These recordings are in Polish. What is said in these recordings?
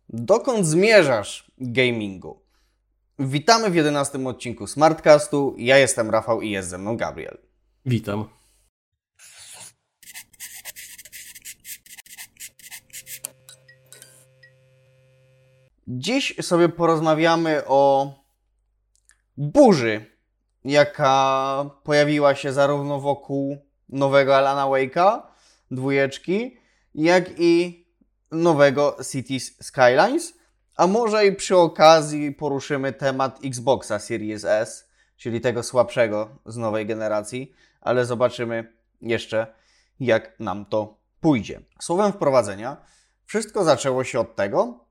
Dokąd zmierzasz, gamingu? Witamy w 11 odcinku Smartcastu. Ja jestem Rafał i jest ze mną Gabriel. Witam. Dziś sobie porozmawiamy o burzy, jaka pojawiła się zarówno wokół nowego Alana Wake'a, dwójeczki, jak i nowego Cities Skylines, a może i przy okazji poruszymy temat Xboxa Series S, czyli tego słabszego z nowej generacji, ale zobaczymy jeszcze, jak nam to pójdzie. Słowem wprowadzenia, wszystko zaczęło się od tego,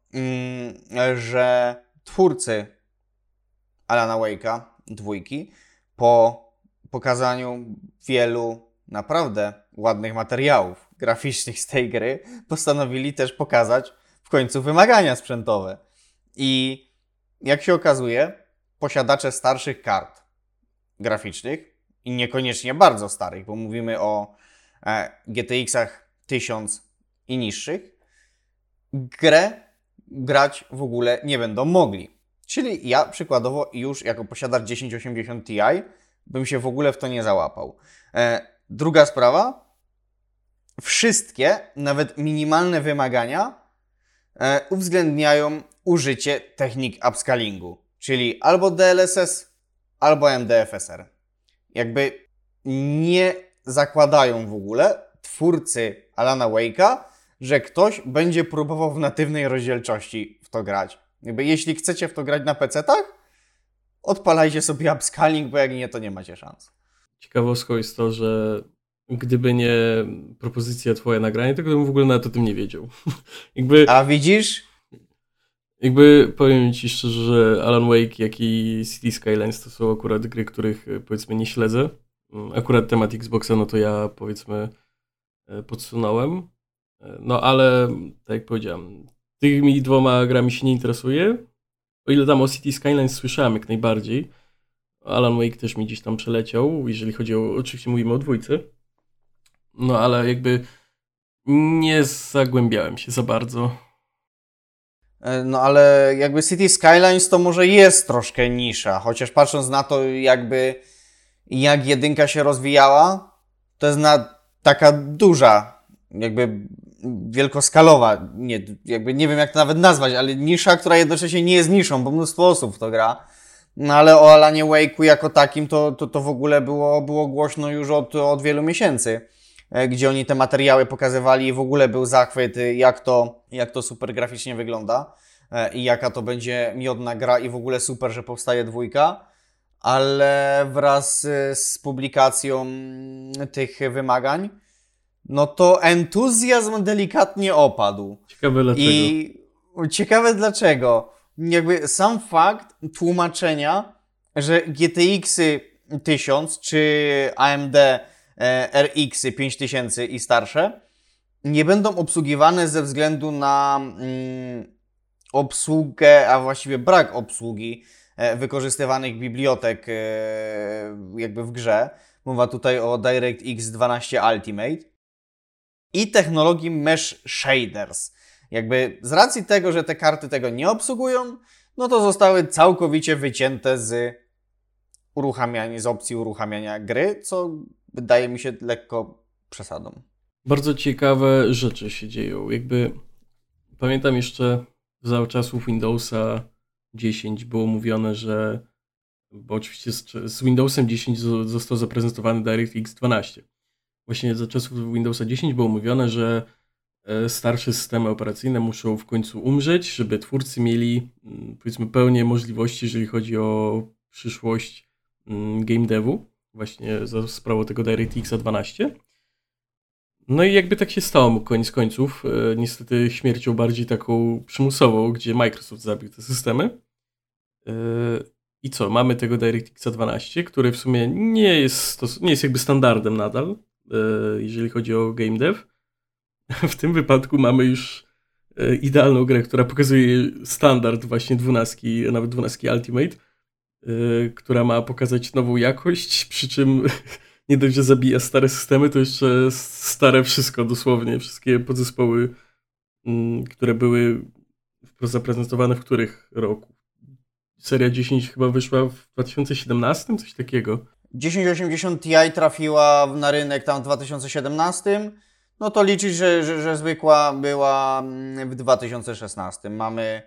że twórcy Alana Wake'a, dwójki, po pokazaniu wielu naprawdę ładnych materiałów graficznych z tej gry, postanowili też pokazać w końcu wymagania sprzętowe. I jak się okazuje, posiadacze starszych kart graficznych i niekoniecznie bardzo starych, bo mówimy o GTX-ach 1000 i niższych, grę grać w ogóle nie będą mogli. Czyli ja przykładowo już jako posiadacz 1080 Ti bym się w ogóle w to nie załapał. Druga sprawa, wszystkie, nawet minimalne wymagania uwzględniają użycie technik upscalingu, czyli albo DLSS, albo MDFSR. Jakby nie zakładają w ogóle twórcy Alana Wake'a, że ktoś będzie próbował w natywnej rozdzielczości w to grać. Jakby jeśli chcecie w to grać na PC-tach, odpalajcie sobie upscaling, bo jak nie, to nie macie szans. Ciekawostką jest to, że gdyby nie propozycja twoja nagrania, to bym w ogóle nawet o tym nie wiedział. A widzisz? Powiem ci szczerze, że Alan Wake, jak i City Skylines to są akurat gry, których powiedzmy nie śledzę. Akurat temat Xboxa, no to ja powiedzmy podsunąłem. No ale tak jak powiedziałem, tymi dwoma grami się nie interesuję. O ile tam o City Skylines słyszałem jak najbardziej. Alan Wake też mi gdzieś tam przeleciał, jeżeli chodzi o, oczywiście mówimy o dwójce. No ale jakby nie zagłębiałem się za bardzo. No ale jakby City Skylines to może jest troszkę nisza, chociaż patrząc na to jak jedynka się rozwijała, to jest taka duża, jakby wielkoskalowa, nie wiem jak to nawet nazwać, ale nisza, która jednocześnie nie jest niszą, bo mnóstwo osób w to gra. No ale o Alanie Wake'u jako takim to w ogóle było głośno już od wielu miesięcy, gdzie oni te materiały pokazywali i w ogóle był zachwyt, jak to super graficznie wygląda i jaka to będzie miodna gra i w ogóle super, że powstaje dwójka, ale wraz z publikacją tych wymagań, no to entuzjazm delikatnie opadł. Ciekawe dlaczego. Ciekawe dlaczego. Jakby sam fakt tłumaczenia, że GTX-y 1000 czy AMD RX 5000 i starsze nie będą obsługiwane ze względu na obsługę, a właściwie brak obsługi wykorzystywanych bibliotek jakby w grze. Mowa tutaj o DirectX 12 Ultimate i technologii Mesh Shaders. Jakby z racji tego, że te karty tego nie obsługują, no to zostały całkowicie wycięte z opcji uruchamiania gry, co wydaje mi się lekko przesadą. Bardzo ciekawe rzeczy się dzieją. Jakby pamiętam jeszcze za czasów Windowsa 10 było mówione, że bo oczywiście z Windowsem 10 został zaprezentowany DirectX 12. Właśnie za czasów Windowsa 10 było mówione, że starsze systemy operacyjne muszą w końcu umrzeć, żeby twórcy mieli powiedzmy pełnię możliwości, jeżeli chodzi o przyszłość game devu, właśnie za sprawą tego DirectX 12. No i jakby tak się stało koniec końców, niestety śmiercią bardziej taką przymusową, gdzie Microsoft zabił te systemy. I co? Mamy tego DirectX 12, który w sumie nie jest jakby standardem nadal, jeżeli chodzi o game dev. W tym wypadku mamy już idealną grę, która pokazuje standard właśnie 12, nawet 12 Ultimate, która ma pokazać nową jakość, przy czym nie dość, że zabija stare systemy, to jeszcze stare wszystko dosłownie, wszystkie podzespoły, które były zaprezentowane w których roku? Seria 10 chyba wyszła w 2017, coś takiego. 1080 Ti trafiła na rynek tam w 2017, no to liczyć, że zwykła była w 2016. Mamy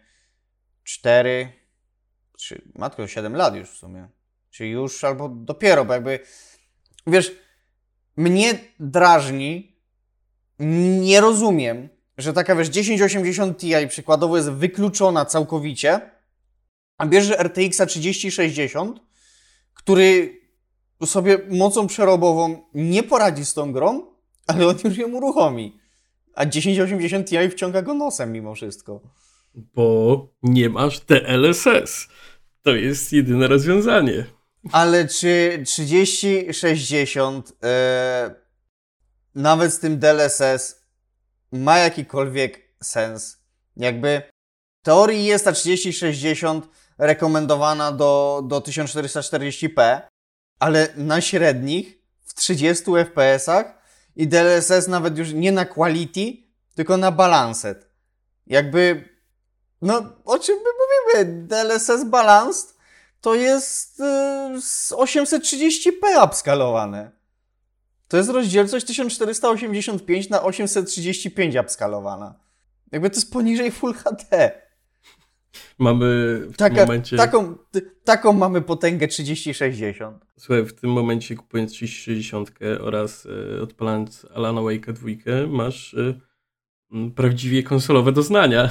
7 lat już w sumie. Czyli już albo dopiero, bo jakby, wiesz, mnie drażni, nie rozumiem, że taka, wiesz, 1080 Ti przykładowo jest wykluczona całkowicie, a bierze RTX 3060, który sobie mocą przerobową nie poradzi z tą grą, ale on już ją uruchomi. A 1080 Ti wciąga go nosem mimo wszystko. Bo nie masz DLSS. To jest jedyne rozwiązanie. Ale czy 3060 nawet z tym DLSS ma jakikolwiek sens? Jakby w teorii jest ta 3060 rekomendowana do 1440p, ale na średnich w 30 fps-ach i DLSS nawet już nie na quality, tylko na balanced. Jakby, no o czym my mówimy? DLSS balanced to jest z 830p upskalowane. To jest rozdzielczość 1485 na 835 upskalowana. Jakby to jest poniżej Full HD. Mamy w tym momencie... Taką mamy potęgę 3060. Słuchaj, w tym momencie kupując 3060 oraz odpalając Alana Wake'a 2, masz prawdziwie konsolowe doznania.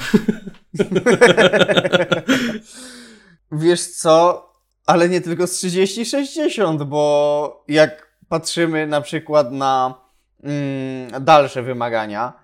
Wiesz co? Ale nie tylko z 3060, bo jak patrzymy na przykład na dalsze wymagania,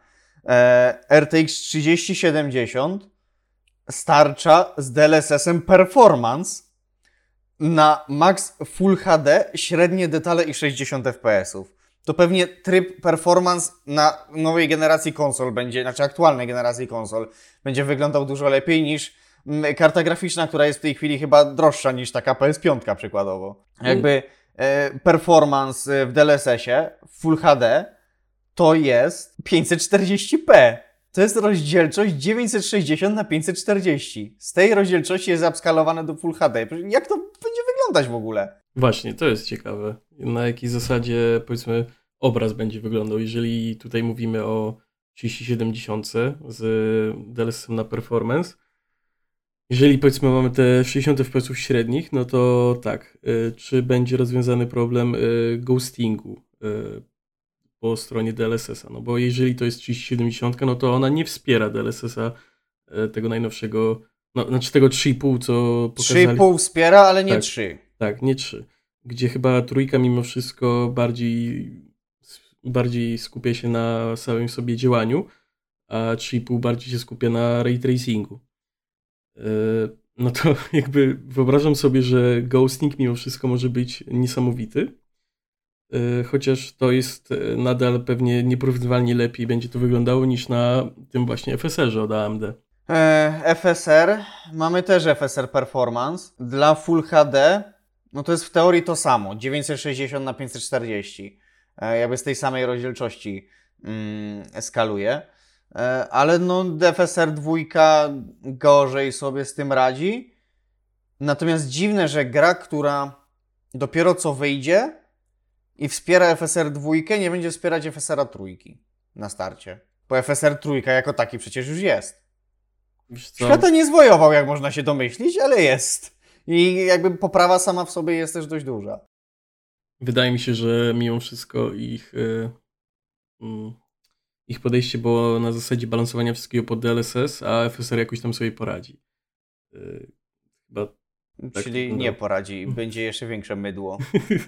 RTX 3070 starcza z DLSS-em Performance na max Full HD, średnie detale i 60 fps. To pewnie tryb Performance na nowej generacji konsol będzie, znaczy aktualnej generacji konsol, będzie wyglądał dużo lepiej niż karta graficzna, która jest w tej chwili chyba droższa niż taka PS5 przykładowo. Jakby Performance w DLSS-ie Full HD to jest 540p. To jest rozdzielczość 960 na 540. Z tej rozdzielczości jest upskalowane do Full HD. Jak to będzie wyglądać w ogóle? Właśnie, to jest ciekawe. Na jakiej zasadzie, powiedzmy, obraz będzie wyglądał. Jeżeli tutaj mówimy o 3070 z DLSS-em na performance, jeżeli, powiedzmy, mamy te 60 fps średnich, no to tak, czy będzie rozwiązany problem ghostingu po stronie DLSS-a? No bo jeżeli to jest 3070, no to ona nie wspiera DLSS-a tego najnowszego, no znaczy tego 3,5, co pokazali. 3,5 wspiera, ale nie tak, 3. Tak, nie 3. Gdzie chyba trójka mimo wszystko bardziej skupia się na samym sobie działaniu, a 3,5 bardziej się skupia na ray tracingu. No to jakby wyobrażam sobie, że ghosting mimo wszystko może być niesamowity, chociaż to jest nadal pewnie nieporównywalnie lepiej będzie to wyglądało niż na tym właśnie FSR-ze od AMD. FSR, mamy też FSR Performance. Dla Full HD, no to jest w teorii to samo, 960 na 540. Jakby z tej samej rozdzielczości skaluje. Ale no FSR 2 gorzej sobie z tym radzi. Natomiast dziwne, że gra, która dopiero co wyjdzie i wspiera FSR 2, nie będzie wspierać FSR 3 na starcie. Bo FSR 3 jako taki przecież już jest. Świata nie zwojował, jak można się domyślić, ale jest. I jakby poprawa sama w sobie jest też dość duża. Wydaje mi się, że mimo wszystko ich podejście było na zasadzie balansowania wszystkiego pod DLSS, a FSR jakoś tam sobie poradzi. Chyba tak. Czyli nie poradzi, będzie jeszcze większe mydło.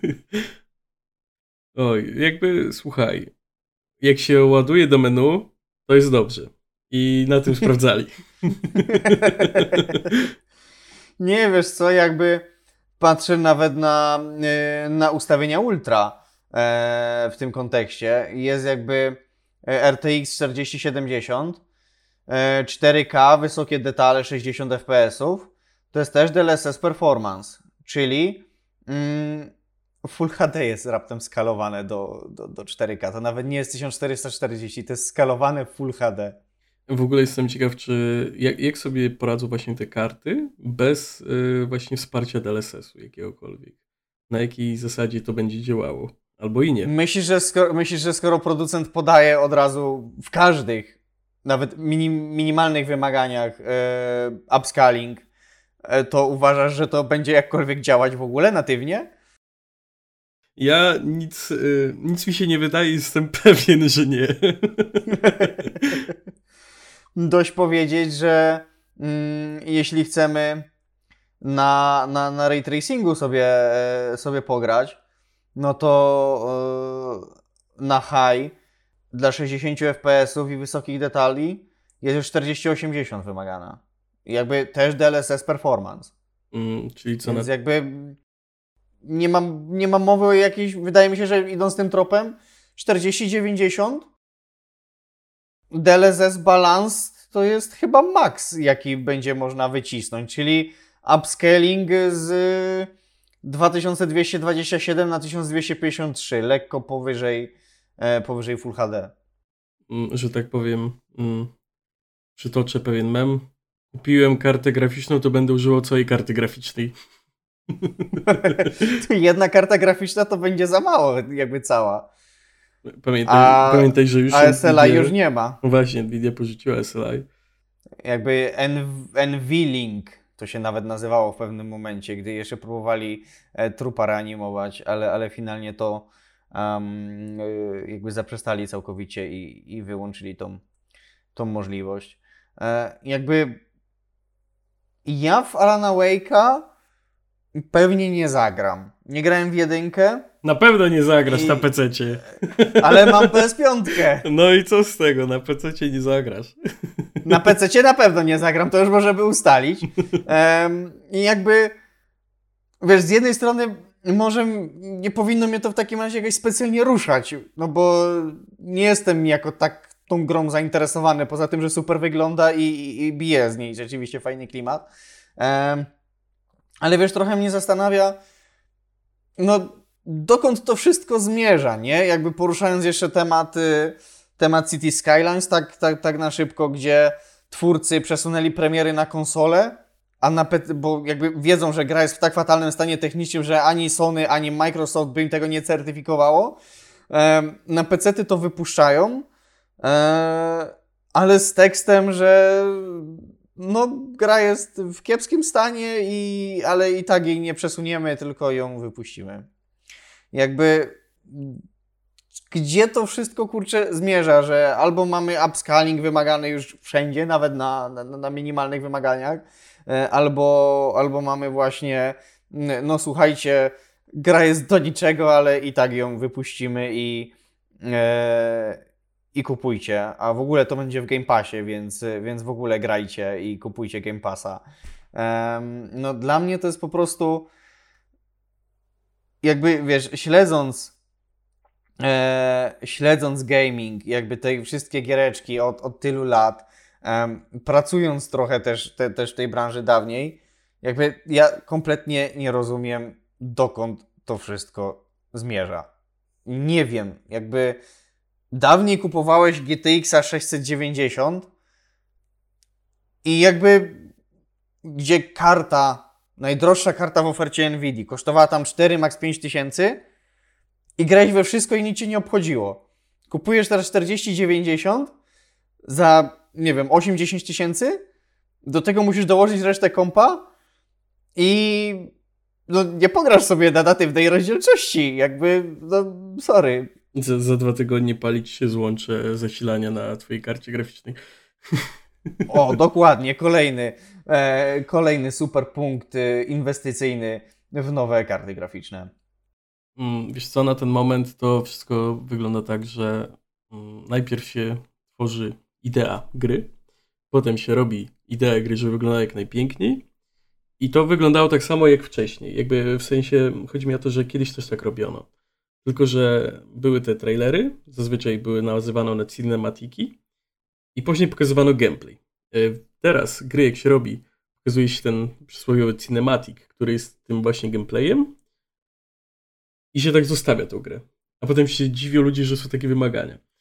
Oj, jakby słuchaj, jak się ładuje do menu, to jest dobrze. I na tym sprawdzali. Nie, wiesz co, jakby patrzę nawet na ustawienia ultra w tym kontekście. Jest jakby RTX 4070, 4K, wysokie detale, 60 fps. To jest też DLSS Performance, czyli Full HD jest raptem skalowane do 4K. To nawet nie jest 1440, to jest skalowane Full HD. w ogóle jestem ciekaw, czy jak sobie poradzą właśnie te karty bez właśnie wsparcia DLSS-u jakiegokolwiek. Na jakiej zasadzie to będzie działało. Albo i nie. Myślisz, że skoro producent podaje od razu w każdych, nawet minimalnych wymaganiach upscaling, to uważasz, że to będzie jakkolwiek działać w ogóle natywnie? Ja nic mi się nie wydaje, jestem pewien, że nie. Dość powiedzieć, że jeśli chcemy na ray tracingu sobie pograć, no to na high dla 60 fps-ów i wysokich detali jest już 4080 wymagana. Jakby też DLSS performance. Czyli co Więc jakby nie mam mowy o jakiejś, wydaje mi się, że idąc tym tropem 4090 DLSS balance to jest chyba maks, jaki będzie można wycisnąć, czyli upscaling z 2227 na 1253, lekko powyżej Full HD. Że tak powiem, przytoczę pewien mem. Kupiłem kartę graficzną, to będę używał całej karty graficznej. Jedna karta graficzna to będzie za mało, jakby cała. Pamiętaj, że już... A SLI już nie ma. Właśnie, Nvidia porzuciła SLI. Jakby NVLink to się nawet nazywało w pewnym momencie, gdy jeszcze próbowali trupa reanimować, ale finalnie to jakby zaprzestali całkowicie i wyłączyli tą możliwość. Jakby ja w Alana Wake'a pewnie nie zagram. Nie grałem w jedynkę. Na pewno nie zagrasz na PC-cie. Ale mam PS5. No i co z tego? Na PC-cie nie zagrasz. Na PC-cie na pewno nie zagram, to już możemy ustalić. I jakby, wiesz, z jednej strony może nie powinno mnie to w takim razie jakoś specjalnie ruszać, no bo nie jestem jako tak tą grą zainteresowany, poza tym, że super wygląda i bije z niej rzeczywiście fajny klimat. Ale wiesz, trochę mnie zastanawia, no dokąd to wszystko zmierza, nie? Jakby poruszając jeszcze temat City Skylines tak na szybko, gdzie twórcy przesunęli premiery na konsolę, bo jakby wiedzą, że gra jest w tak fatalnym stanie technicznym, że ani Sony, ani Microsoft by im tego nie certyfikowało. Na PC-ty to wypuszczają, ale z tekstem, że no, gra jest w kiepskim stanie, ale i tak jej nie przesuniemy, tylko ją wypuścimy. Jakby gdzie to wszystko, kurczę, zmierza, że albo mamy upscaling wymagany już wszędzie, nawet na minimalnych wymaganiach, albo mamy właśnie, no słuchajcie, gra jest do niczego, ale i tak ją wypuścimy i kupujcie. A w ogóle to będzie w Game Passie, więc w ogóle grajcie i kupujcie Game Passa. No dla mnie to jest po prostu jakby, wiesz, śledząc gaming, jakby te wszystkie giereczki od tylu lat, pracując trochę też w tej branży dawniej, jakby ja kompletnie nie rozumiem, dokąd to wszystko zmierza. Nie wiem, jakby dawniej kupowałeś GTX 690 i jakby gdzie najdroższa karta w ofercie Nvidia kosztowała tam 4, max 5 tysięcy i grałeś we wszystko i nic cię nie obchodziło. Kupujesz teraz 4090 za, nie wiem, 8-10 tysięcy, do tego musisz dołożyć resztę kompa i no, nie pograsz sobie na natywnej rozdzielczości, jakby, no sorry. Za 2 tygodnie palić się złącze zasilania na twojej karcie graficznej. O, dokładnie, kolejny super punkt inwestycyjny w nowe karty graficzne. Wiesz co, na ten moment to wszystko wygląda tak, że najpierw się tworzy idea gry, potem się robi ideę gry, żeby wyglądała jak najpiękniej i to wyglądało tak samo jak wcześniej. Jakby w sensie, chodzi mi o to, że kiedyś też tak robiono. Tylko że były te trailery, zazwyczaj były nazywane one cinematiki i później pokazywano gameplay. Teraz gry jak się robi, pokazuje się ten przysłowiowy cinematic, który jest tym właśnie gameplayem i się tak zostawia tą grę. A potem się dziwią ludzie, że są takie wymagania.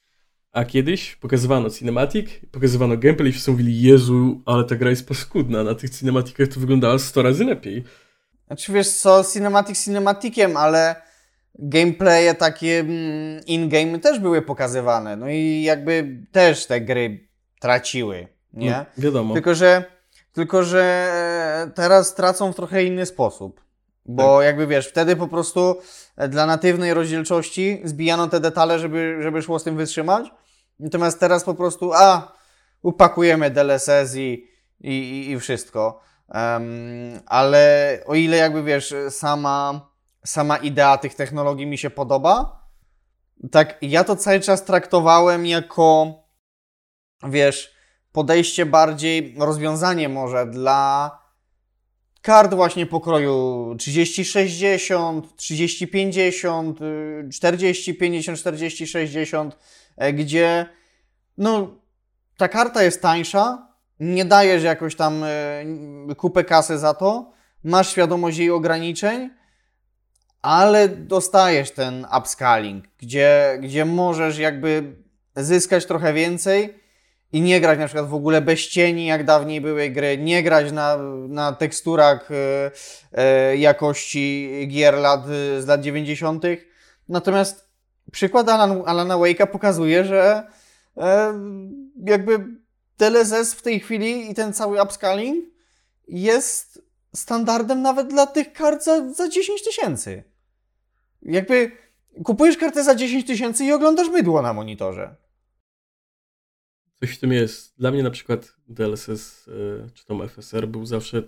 A kiedyś pokazywano cinematic, pokazywano gameplay i wszyscy mówili, Jezu, ale ta gra jest paskudna. Na tych cinematicach to wyglądało 100 razy lepiej. Znaczy wiesz co, cinematikiem, ale gameplaye takie in-game też były pokazywane. No i jakby też te gry traciły, nie? No, wiadomo. Tylko, że teraz tracą w trochę inny sposób. Bo Tak. jakby wiesz, wtedy po prostu dla natywnej rozdzielczości zbijano te detale, żeby szło z tym wytrzymać. Natomiast teraz po prostu upakujemy DLSS i wszystko. Ale o ile jakby wiesz, sama idea tych technologii mi się podoba, tak ja to cały czas traktowałem jako, wiesz, podejście bardziej, rozwiązanie może dla kart właśnie pokroju 3060, 3050, 4050, 4060, gdzie no ta karta jest tańsza, nie dajesz jakoś tam kupę kasy za to, masz świadomość jej ograniczeń, ale dostajesz ten upscaling, gdzie możesz jakby zyskać trochę więcej i nie grać na przykład w ogóle bez cieni, jak dawniej były gry, nie grać na teksturach jakości gier z lat 90. Natomiast przykład Alana Wake'a pokazuje, że jakby DLSS w tej chwili i ten cały upscaling jest standardem nawet dla tych kart za 10 000. Jakby kupujesz kartę za 10 000 i oglądasz mydło na monitorze. Coś w tym jest. Dla mnie na przykład DLSS czy tam FSR był zawsze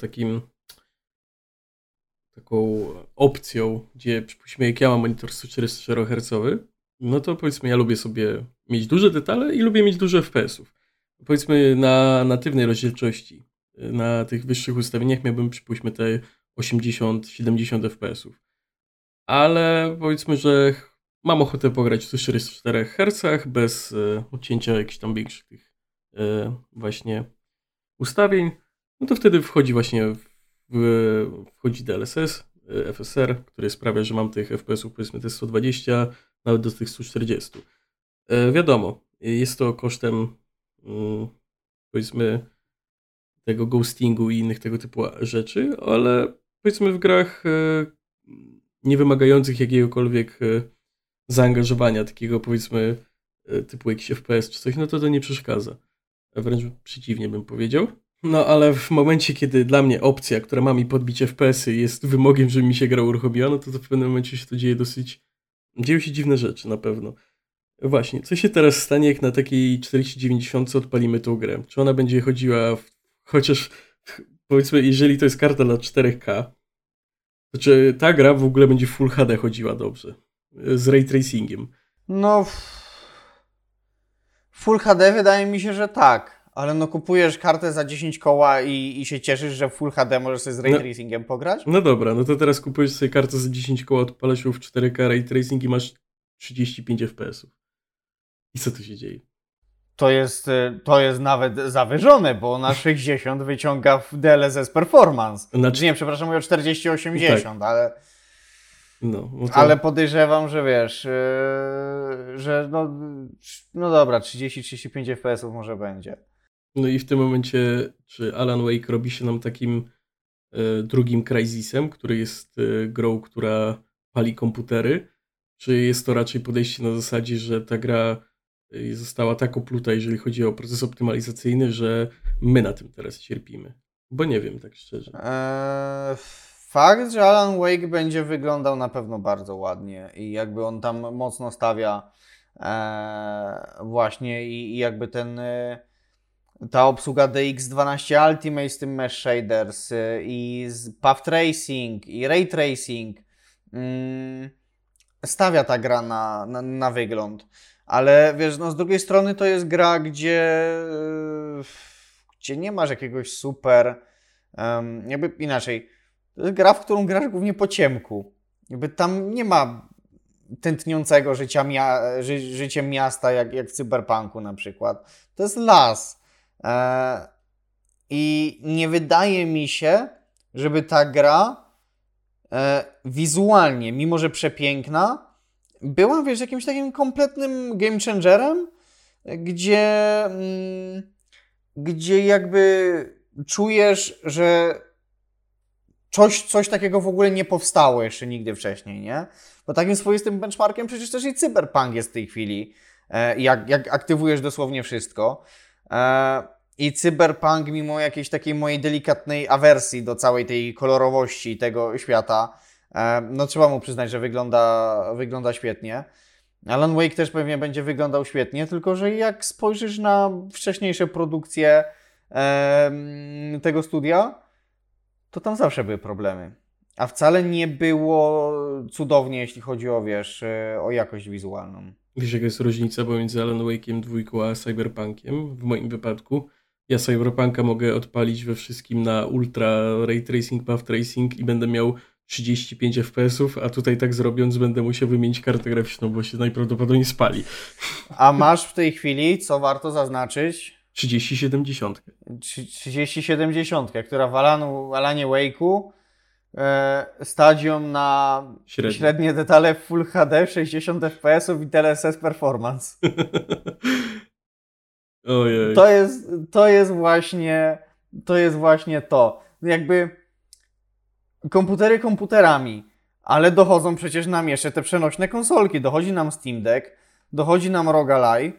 taką opcją, gdzie przypuśćmy, jak ja mam monitor 144 Hz, no to powiedzmy ja lubię sobie mieć duże detale i lubię mieć dużo FPS-ów. Powiedzmy na natywnej rozdzielczości, na tych wyższych ustawieniach miałbym przypuśćmy te 80-70 FPS-ów. Ale powiedzmy, że mam ochotę pograć w 144 Hz bez odcięcia jakichś tam większych tych właśnie ustawień, no to wtedy wchodzi DLSS, FSR, który sprawia, że mam tych FPS-ów powiedzmy te 120, nawet do tych 140. Wiadomo, jest to kosztem powiedzmy tego ghostingu i innych tego typu rzeczy, ale powiedzmy w grach nie wymagających jakiegokolwiek zaangażowania, takiego powiedzmy typu jakiś FPS czy coś, no to nie przeszkadza. A wręcz przeciwnie bym powiedział. No ale w momencie, kiedy dla mnie opcja, która ma mi podbić FPS-y jest wymogiem, żeby mi się gra uruchomiła, no to w pewnym momencie się to dzieje dzieją się dziwne rzeczy na pewno. Właśnie, co się teraz stanie, jak na takiej 4090 odpalimy tą grę? Czy ona będzie chodziła, chociaż powiedzmy, jeżeli to jest karta dla 4K, to czy ta gra w ogóle będzie Full HD chodziła dobrze? Z ray tracingiem? No, Full HD wydaje mi się, że tak. Ale no kupujesz kartę za 10 koła i się cieszysz, że w Full HD możesz sobie z ray tracingiem pograć? No dobra, no to teraz kupujesz sobie kartę za 10 koła, odpalasz ją w 4K ray tracing i masz 35 FPS-ów. I co tu się dzieje? To jest nawet zawyżone, bo na 60 wyciąga w DLSS Performance. Nie, przepraszam, mówię o 4080, tak. Ale podejrzewam, że wiesz, że no dobra, 30-35 FPS-ów może będzie. No i w tym momencie, czy Alan Wake robi się nam takim drugim Crysisem, który jest grą, która pali komputery, czy jest to raczej podejście na zasadzie, że ta gra została tak opluta, jeżeli chodzi o proces optymalizacyjny, że my na tym teraz cierpimy? Bo nie wiem, tak szczerze. Fakt, że Alan Wake będzie wyglądał na pewno bardzo ładnie i jakby on tam mocno stawia właśnie i jakby ta obsługa DX12 Ultimate z tym Mesh Shaders i Path Tracing i Ray Tracing stawia ta gra na wygląd. Ale wiesz, no z drugiej strony to jest gra, gdzie nie masz jakiegoś super, jakby inaczej, to jest gra, w którą grasz głównie po ciemku. Jakby tam nie ma tętniącego życiem miasta, jak w Cyberpunku na przykład. To jest las. I nie wydaje mi się, żeby ta gra wizualnie, mimo że przepiękna, była, wiesz, jakimś takim kompletnym game changerem, gdzie, gdzie jakby czujesz, że coś takiego w ogóle nie powstało jeszcze nigdy wcześniej, nie? Bo takim swoistym benchmarkiem przecież też i Cyberpunk jest w tej chwili, jak aktywujesz dosłownie wszystko. I Cyberpunk, mimo jakiejś takiej mojej delikatnej awersji do całej tej kolorowości tego świata, no trzeba mu przyznać, że wygląda świetnie. Alan Wake też pewnie będzie wyglądał świetnie, tylko że jak spojrzysz na wcześniejsze produkcje tego studia, to tam zawsze były problemy. A wcale nie było cudownie, jeśli chodzi o, wiesz, o jakość wizualną. Wiesz, jaka jest różnica pomiędzy Alan Wake'iem 2 a Cyberpunkiem? W moim wypadku ja Cyberpunka mogę odpalić we wszystkim na ultra ray tracing, path tracing i będę miał 35 FPS-ów, a tutaj tak zrobiąc będę musiał wymienić kartę graficzną, bo się najprawdopodobniej spali. A masz w tej chwili, co warto zaznaczyć, 3070. 3070, która w Alanie Wake'u stać ją na średnie detale Full HD, 60 FPS-ów i DLSS Performance. Ojej. To jest właśnie to. Jakby komputery komputerami, ale dochodzą przecież nam jeszcze te przenośne konsolki. Dochodzi nam Steam Deck, dochodzi nam ROG Ally.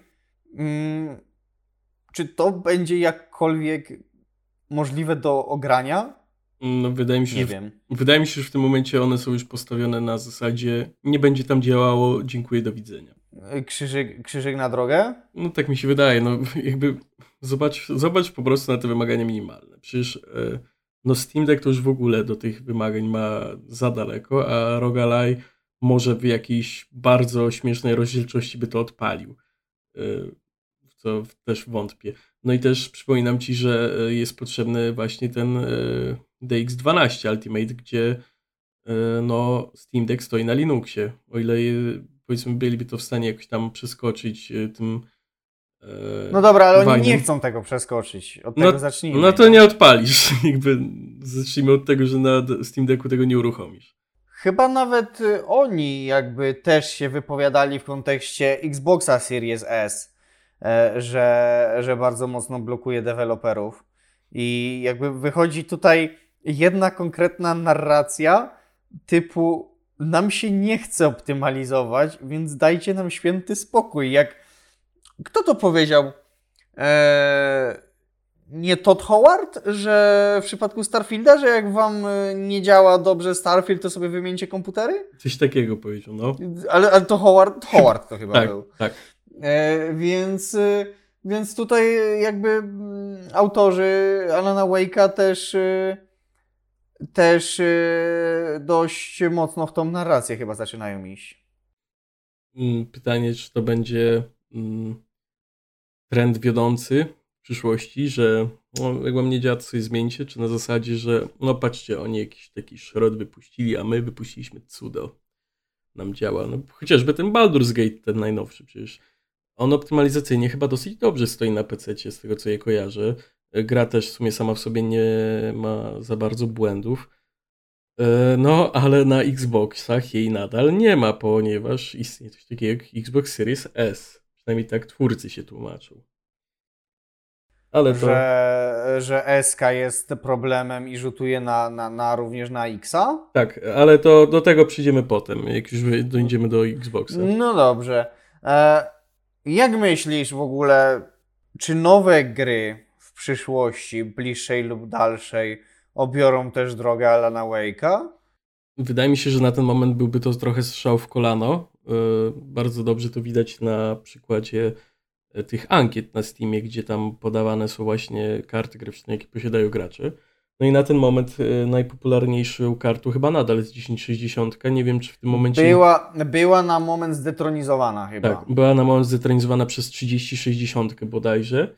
Czy to będzie jakkolwiek możliwe do ogrania? No, wydaje mi się, że w tym momencie one są już postawione na zasadzie nie będzie tam działało, dziękuję, do widzenia. Krzyżyk na drogę? No tak mi się wydaje, no jakby zobacz po prostu na te wymagania minimalne. Przecież no Steam Deck to już w ogóle do tych wymagań ma za daleko, a ROG Ally może w jakiejś bardzo śmiesznej rozdzielczości by to odpalił. W co też wątpię. No i też przypominam Ci, że jest potrzebny właśnie ten DX12 Ultimate, gdzie no Steam Deck stoi na Linuxie. O ile powiedzmy byliby to w stanie jakoś tam przeskoczyć tym no dobra, ale oni nie chcą tego przeskoczyć. Od tego zacznijmy. No to nie odpalisz. Jakby zacznijmy od tego, że na Steam Decku tego nie uruchomisz. Chyba nawet oni jakby też się wypowiadali w kontekście Xboxa Series S, że bardzo mocno blokuje deweloperów. I jakby wychodzi tutaj jedna konkretna narracja typu nam się nie chce optymalizować, więc dajcie nam święty spokój. Kto to powiedział? Nie Todd Howard, że w przypadku Starfielda, że jak wam nie działa dobrze Starfield, to sobie wymieńcie komputery? Coś takiego powiedział, no. Ale to Howard to chyba tak, był. Tak. Więc tutaj jakby autorzy Alana Wake'a też dość mocno w tą narrację chyba zaczynają iść. Pytanie, czy to będzie trend wiodący w przyszłości, że no, jak wam nie działa, to sobie zmieńcie, czy na zasadzie, że no patrzcie, oni jakiś taki szrot wypuścili, a my wypuściliśmy cudo. Nam działa. No, chociażby ten Baldur's Gate, ten najnowszy przecież. On optymalizacyjnie chyba dosyć dobrze stoi na PC-cie, z tego co je kojarzę. Gra też w sumie sama w sobie nie ma za bardzo błędów. No, ale na Xboxach jej nadal nie ma, ponieważ istnieje coś takiego jak Xbox Series S. Przynajmniej tak twórcy się tłumaczą. Ale to... Że SK jest problemem i rzutuje również na Xa? Tak, ale to do tego przyjdziemy potem, jak już dojdziemy do Xboxa. No dobrze. Jak myślisz w ogóle, czy nowe gry w przyszłości, bliższej lub dalszej, obiorą też drogę Alana Wake'a? Wydaje mi się, że na ten moment byłby to trochę strzał w kolano. Bardzo dobrze to widać na przykładzie tych ankiet na Steamie, gdzie tam podawane są właśnie karty graficzne, jakie posiadają gracze. No i na ten moment najpopularniejszą kartą chyba nadal jest 1060. Nie wiem, czy w tym momencie... Była na moment zdetronizowana chyba. Tak, była na moment zdetronizowana przez 3060 bodajże.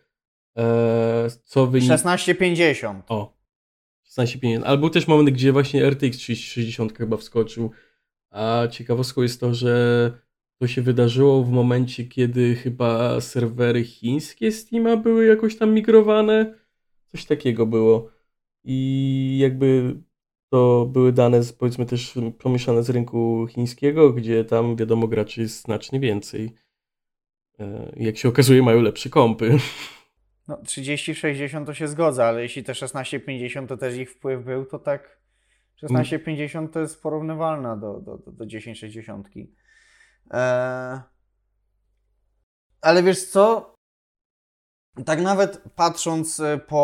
1650. O, 1650. Ale był też moment, gdzie właśnie RTX 3060 chyba wskoczył. A ciekawostką jest to, że to się wydarzyło w momencie, kiedy chyba serwery chińskie Steama były jakoś tam migrowane. Coś takiego było. I jakby to były dane, powiedzmy, też pomieszane z rynku chińskiego, gdzie tam, wiadomo, graczy jest znacznie więcej. Jak się okazuje, mają lepsze kompy. No 3060 to się zgodza, ale jeśli te 1650 to też ich wpływ był, to tak 1650 to jest porównywalna do 1060. Ale wiesz co? Tak nawet patrząc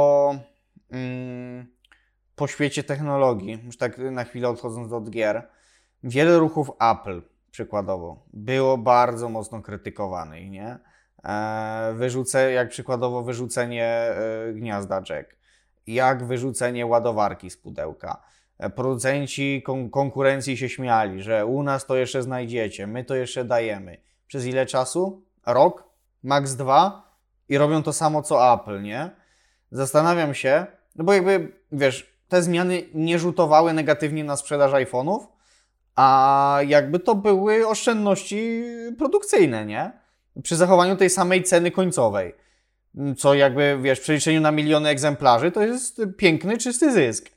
po świecie technologii, już tak na chwilę odchodząc od gier, wiele ruchów Apple przykładowo było bardzo mocno krytykowanych, nie? Jak przykładowo wyrzucenie gniazda jack, jak wyrzucenie ładowarki z pudełka. Producenci konkurencji się śmiali, że u nas to jeszcze znajdziecie, my to jeszcze dajemy. Przez ile czasu? Rok? Max 2? I robią to samo co Apple, nie? Zastanawiam się, no bo jakby, wiesz, te zmiany nie rzutowały negatywnie na sprzedaż iPhone'ów, a jakby to były oszczędności produkcyjne, nie? Przy zachowaniu tej samej ceny końcowej. Co jakby, wiesz, w przeliczeniu na miliony egzemplarzy to jest piękny, czysty zysk.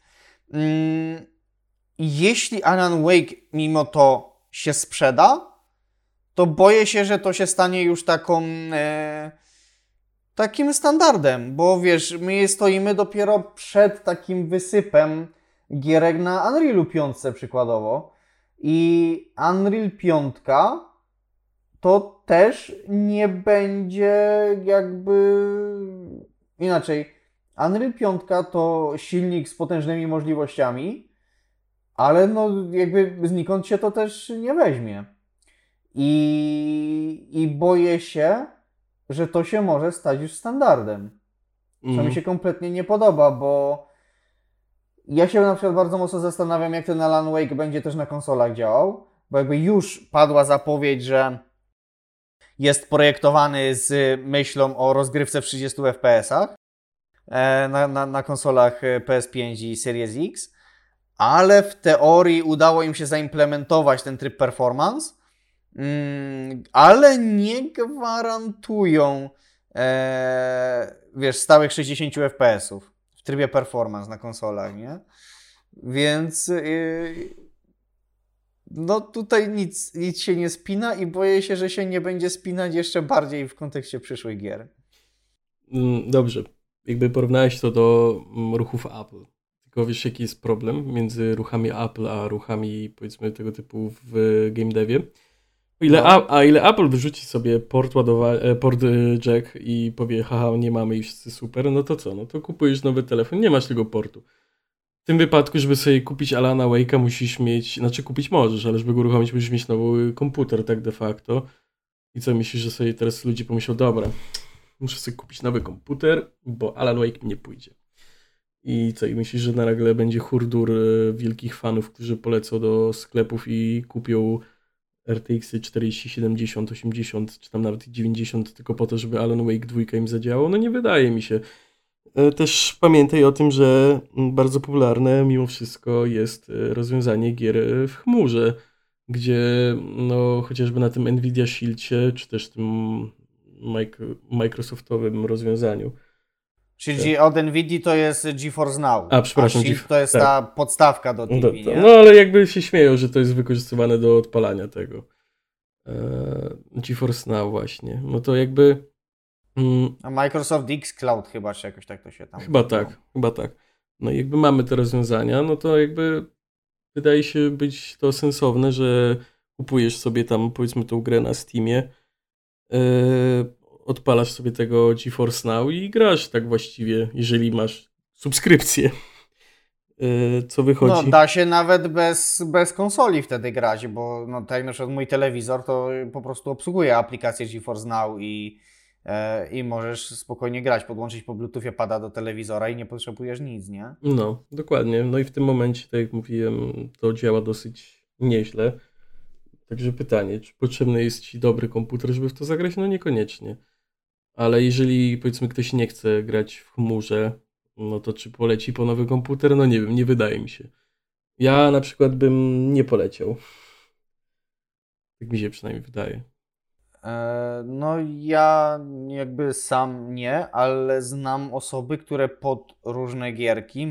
Jeśli Alan Wake mimo to się sprzeda, to boję się, że to się stanie już takim standardem, bo wiesz, my stoimy dopiero przed takim wysypem gierek na Unrealu 5 przykładowo i Unreal 5 to też nie będzie jakby inaczej. Unreal 5 to silnik z potężnymi możliwościami, ale no jakby znikąd się to też nie weźmie. I boję się, że to się może stać już standardem. Co mi się kompletnie nie podoba, bo ja się na przykład bardzo mocno zastanawiam, jak ten Alan Wake będzie też na konsolach działał, bo jakby już padła zapowiedź, że jest projektowany z myślą o rozgrywce w 30 FPS-ach na konsolach PS5 i Series X, ale w teorii udało im się zaimplementować ten tryb performance, ale nie gwarantują wiesz, stałych 60 FPS-ów w trybie performance na konsolach, nie? Więc no tutaj nic się nie spina i boję się, że się nie będzie spinać jeszcze bardziej w kontekście przyszłych gier. Dobrze. Jakby porównałeś to do ruchów Apple. Tylko wiesz, jaki jest problem między ruchami Apple a ruchami, powiedzmy, tego typu w game devie? Ile Apple wyrzuci sobie port jack i powie, haha, nie mamy i wszyscy super, no to co? No to kupujesz nowy telefon, nie masz tego portu. W tym wypadku, żeby sobie kupić Alana Wake'a, musisz mieć, znaczy kupić możesz, ale żeby go uruchomić, musisz mieć nowy komputer, tak de facto. I co, myślisz, że sobie teraz ludzie pomyślą, dobra, muszę sobie kupić nowy komputer, bo Alan Wake mi nie pójdzie. I co, i myślisz, że nagle będzie hurdur wielkich fanów, którzy polecą do sklepów i kupią RTX 4070, 80, czy tam nawet 90 tylko po to, żeby Alan Wake 2 im zadziałało? No nie wydaje mi się. Też pamiętaj o tym, że bardzo popularne mimo wszystko jest rozwiązanie gier w chmurze, gdzie no chociażby na tym Nvidia Shieldzie, czy też tym Microsoftowym rozwiązaniu. Czyli od Nvidia to jest GeForce Now, przepraszam, a Shield to jest ta podstawka do TV, nie? No ale jakby się śmieją, że to jest wykorzystywane do odpalania tego. GeForce Now właśnie. No to jakby... A Microsoft X Cloud chyba, czy jakoś tak to się tam... Chyba tak. No i jakby mamy te rozwiązania, no to jakby wydaje się być to sensowne, że kupujesz sobie tam powiedzmy tą grę na Steamie, odpalasz sobie tego GeForce Now i grasz tak właściwie, jeżeli masz subskrypcję. Co wychodzi? No da się nawet bez konsoli wtedy grać, bo no, tak jak na przykład mój telewizor to po prostu obsługuje aplikację GeForce Now i możesz spokojnie grać, podłączyć po Bluetoothie pada do telewizora i nie potrzebujesz nic, nie? No, dokładnie. No i w tym momencie, tak jak mówiłem, to działa dosyć nieźle. Także pytanie, czy potrzebny jest Ci dobry komputer, żeby w to zagrać? No niekoniecznie. Ale jeżeli powiedzmy ktoś nie chce grać w chmurze, no to czy poleci po nowy komputer? No nie wiem, nie wydaje mi się. Ja na przykład bym nie poleciał. Tak mi się przynajmniej wydaje. No ja jakby sam nie, ale znam osoby, które pod różne gierki,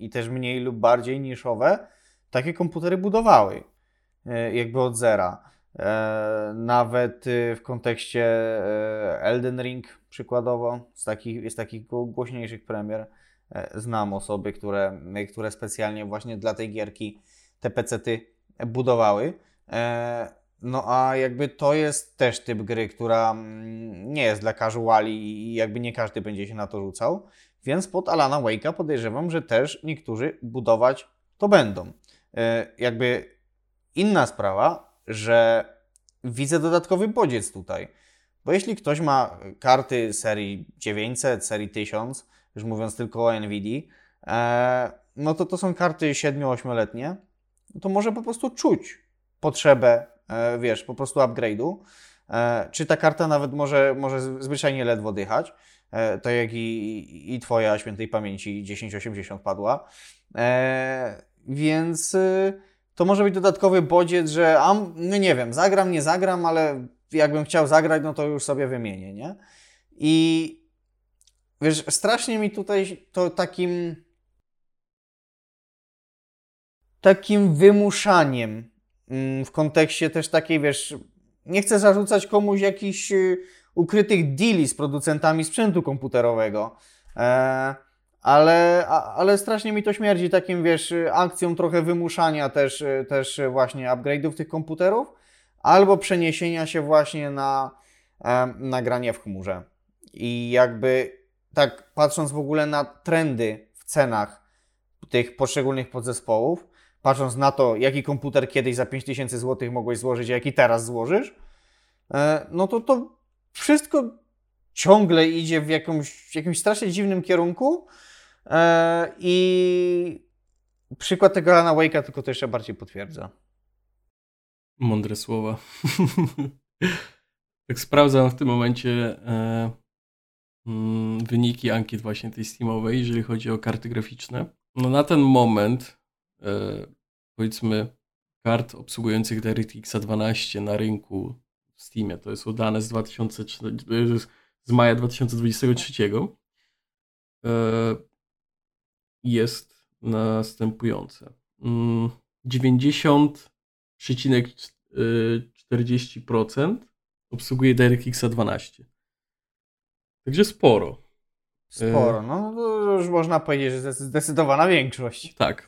mniej lub bardziej niszowe, takie komputery budowały. Jakby od zera. Nawet w kontekście Elden Ring przykładowo, z takich głośniejszych premier, znam osoby, które specjalnie właśnie dla tej gierki te pecety budowały. No a jakby to jest też typ gry, która nie jest dla casuali i jakby nie każdy będzie się na to rzucał, więc pod Alana Wake'a podejrzewam, że też niektórzy budować to będą. Jakby inna sprawa, że widzę dodatkowy bodziec tutaj, bo jeśli ktoś ma karty serii 900, serii 1000, już mówiąc tylko o Nvidia, no to są karty 7-8-letnie, to może po prostu czuć potrzebę, wiesz, po prostu upgrade'u. Czy ta karta nawet może zwyczajnie ledwo dychać, tak jak i twoja świętej pamięci 1080 padła. Więc to może być dodatkowy bodziec, że no nie wiem, zagram, nie zagram, ale jakbym chciał zagrać, no to już sobie wymienię, nie? I wiesz, strasznie mi tutaj to takim wymuszaniem w kontekście też takiej, wiesz, nie chcę zarzucać komuś jakichś ukrytych deali z producentami sprzętu komputerowego, ale strasznie mi to śmierdzi takim, wiesz, akcją trochę wymuszania też właśnie upgrade'ów tych komputerów, albo przeniesienia się właśnie na granie w chmurze. I jakby tak patrząc w ogóle na trendy w cenach tych poszczególnych podzespołów, patrząc na to, jaki komputer kiedyś za 5000 zł mogłeś złożyć, a jaki teraz złożysz, no to wszystko ciągle idzie w jakimś strasznie dziwnym kierunku i przykład tego Alana Wake'a tylko to jeszcze bardziej potwierdza. Mądre słowa. Tak sprawdzam w tym momencie wyniki ankiet właśnie tej Steamowej, jeżeli chodzi o karty graficzne. No na ten moment powiedzmy kart obsługujących DirectX 12 na rynku w Steamie, to jest dane z maja 2023, jest następujące. 90,40% obsługuje DirectX 12. Także sporo. Sporo, no to już można powiedzieć, że zdecydowana większość. Tak.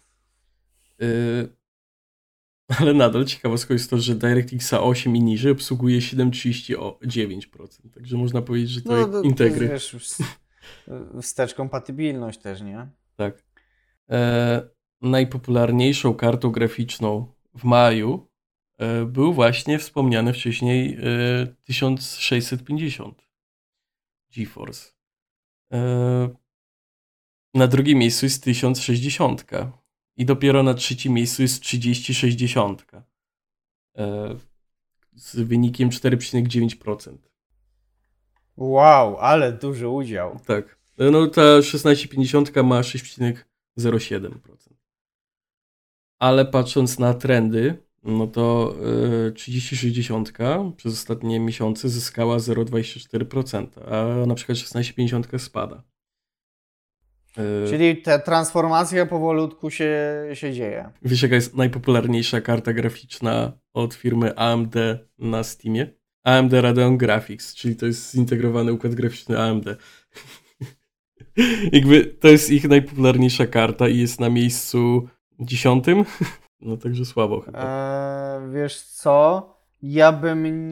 Ale nadal ciekawostką jest to, że DirectX 8 i niżej obsługuje 7,39%. Także można powiedzieć, że to integry. To jest, wiesz, wstecz kompatybilność też, nie? Tak. Najpopularniejszą kartą graficzną w maju był właśnie wspomniany wcześniej 1650 GeForce. Na drugim miejscu jest 1060 i dopiero na trzecim miejscu jest 3060 z wynikiem 4,9%. Wow, ale duży udział. Tak. No ta 1650 ma 6,07%. Ale patrząc na trendy, no to 3060 przez ostatnie miesiące zyskała 0,24%, a na przykład 1650 spada. Czyli ta transformacja powolutku się dzieje. Wiesz, jaka jest najpopularniejsza karta graficzna od firmy AMD na Steamie? AMD Radeon Graphics, czyli to jest zintegrowany układ graficzny AMD. Jakby to jest ich najpopularniejsza karta i jest na miejscu 10. No także słabo chyba. Wiesz co? Ja bym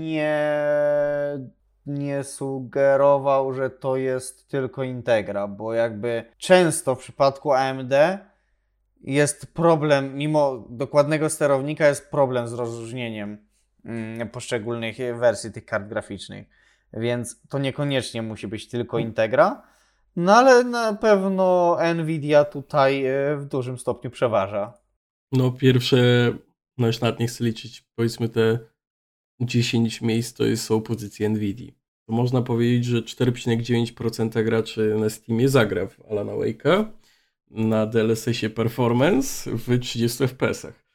nie sugerował, że to jest tylko Integra, bo jakby często w przypadku AMD jest problem, mimo dokładnego sterownika jest problem z rozróżnieniem poszczególnych wersji tych kart graficznych. Więc to niekoniecznie musi być tylko Integra, no ale na pewno Nvidia tutaj w dużym stopniu przeważa. No pierwsze, no już nawet nie chcę liczyć, powiedzmy te 10 miejsc to są pozycje Nvidia. To można powiedzieć, że 4,9% graczy na Steamie zagra w Alana Wake'a na DLSS-ie Performance w 30 FPS-ach.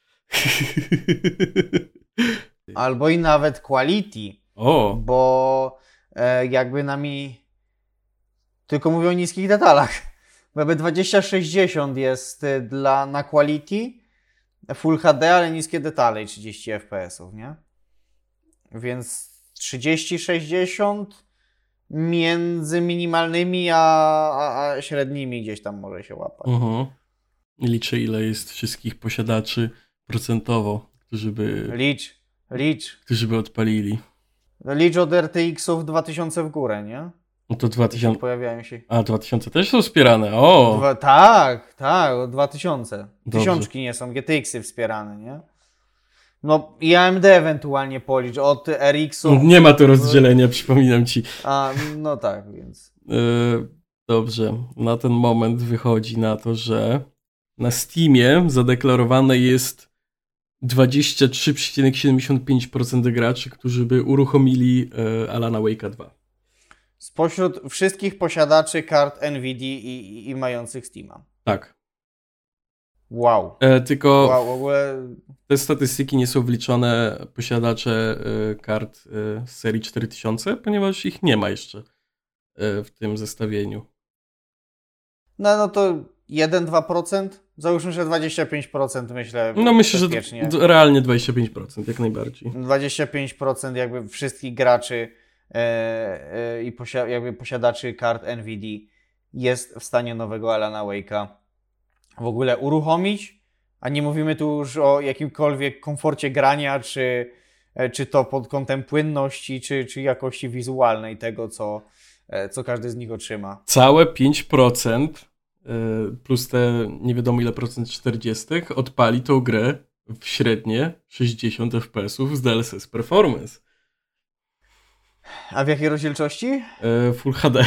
Albo i nawet Quality. O! Bo jakby nami tylko mówię o niskich detalach. Bo jakby 2060 jest na Quality Full HD, ale niskie detale i 30 FPS-ów, nie? Więc 30-60 między minimalnymi a średnimi gdzieś tam może się łapać. Liczę, ile jest wszystkich posiadaczy procentowo, którzy by odpalili. Licz od RTX-ów 2000 w górę, nie? No to 2000. Pojawiają się. A, 2000 też są wspierane. O! Tak, od 2000. Dobrze. Tysiączki nie są, GTX-y wspierane, nie? No i AMD ewentualnie policz od RX-ów. Nie ma tu rozdzielenia, przypominam ci. No tak, więc. Dobrze. Na ten moment wychodzi na to, że na Steamie zadeklarowane jest 23,75% graczy, którzy by uruchomili Alana Wake'a 2. Spośród wszystkich posiadaczy kart NVIDIA i mających Steama. Tak. Wow. Tylko w ogóle... te statystyki nie są wliczone posiadacze kart z serii 4000, ponieważ ich nie ma jeszcze w tym zestawieniu. No to 1-2%? Załóżmy, że 25% myślę. No myślę, że realnie 25%, jak najbardziej. 25% jakby wszystkich graczy i jakby posiadaczy kart NVIDIA jest w stanie nowego Alana Wake'a w ogóle uruchomić, a nie mówimy tu już o jakimkolwiek komforcie grania, czy to pod kątem płynności, czy jakości wizualnej tego, co każdy z nich otrzyma. Całe 5% plus te nie wiadomo ile procent 40 odpali tą grę w średnie 60 FPS-ów z DLSS Performance. A w jakiej rozdzielczości? Full HD.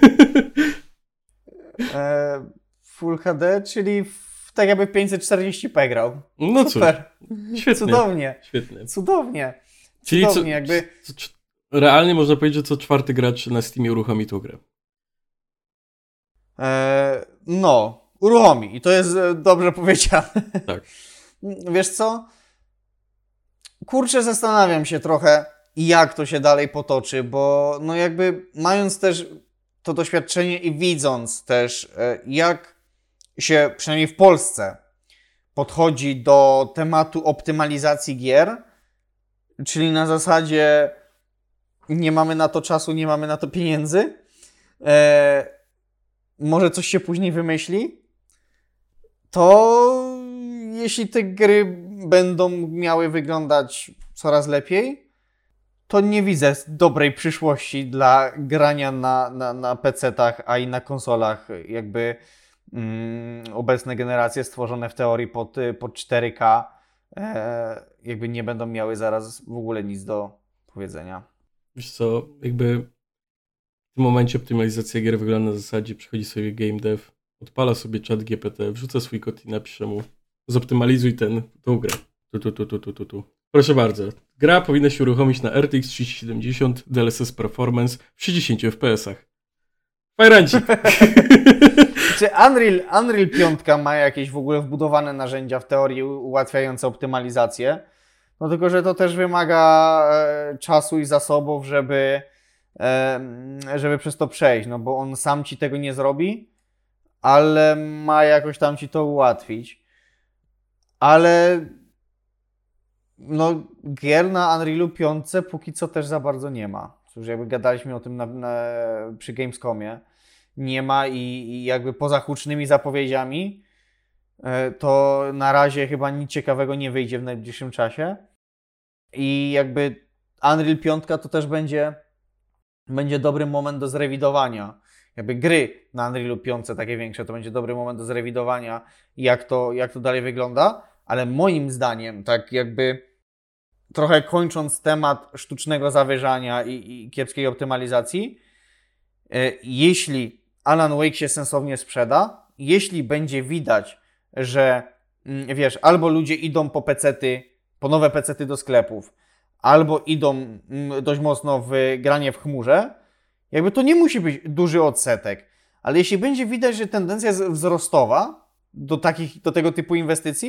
Full HD, czyli tak jakby 540p grał. No super. Świetnie. Cudownie. Świetnie. Cudownie. Czyli realnie można powiedzieć, że co czwarty gracz na Steamie uruchomi tą grę. Uruchomi. I to jest dobrze powiedziane. Tak. Wiesz co? Kurczę, zastanawiam się trochę, jak to się dalej potoczy, bo no jakby mając też to doświadczenie i widząc też, jak się przynajmniej w Polsce podchodzi do tematu optymalizacji gier, czyli na zasadzie nie mamy na to czasu, nie mamy na to pieniędzy, może coś się później wymyśli, to jeśli te gry będą miały wyglądać coraz lepiej, to nie widzę dobrej przyszłości dla grania na PC-tach, a i na konsolach. Jakby obecne generacje stworzone w teorii pod 4K jakby nie będą miały zaraz w ogóle nic do powiedzenia. Wiesz co, jakby w tym momencie optymalizacja gier wygląda na zasadzie, przychodzi sobie game dev, odpala sobie chat GPT, wrzuca swój kod i napisze mu zoptymalizuj tą grę. Tu. Proszę bardzo. Gra powinna się uruchomić na RTX 3070 DLSS Performance w 60 FPS-ach. Fajrancik. Czy Unreal 5 ma jakieś w ogóle wbudowane narzędzia w teorii ułatwiające optymalizację? No tylko, że to też wymaga czasu i zasobów, żeby przez to przejść, no bo on sam ci tego nie zrobi, ale ma jakoś tam ci to ułatwić. Ale no gier na Unrealu 5 póki co też za bardzo nie ma. Cóż, jakby gadaliśmy o tym przy Gamescomie. Nie ma i jakby poza hucznymi zapowiedziami to na razie chyba nic ciekawego nie wyjdzie w najbliższym czasie. I jakby Unreal 5 to też będzie dobry moment do zrewidowania. Jakby gry na Unrealu 5 takie większe to będzie dobry moment do zrewidowania, jak to dalej wygląda. Ale moim zdaniem, tak jakby trochę kończąc temat sztucznego zawyżania i kiepskiej optymalizacji, jeśli Alan Wake się sensownie sprzeda, jeśli będzie widać, że wiesz, albo ludzie idą po nowe pecety do sklepów, albo idą dość mocno w granie w chmurze, jakby to nie musi być duży odsetek, ale jeśli będzie widać, że tendencja jest wzrostowa do tego typu inwestycji,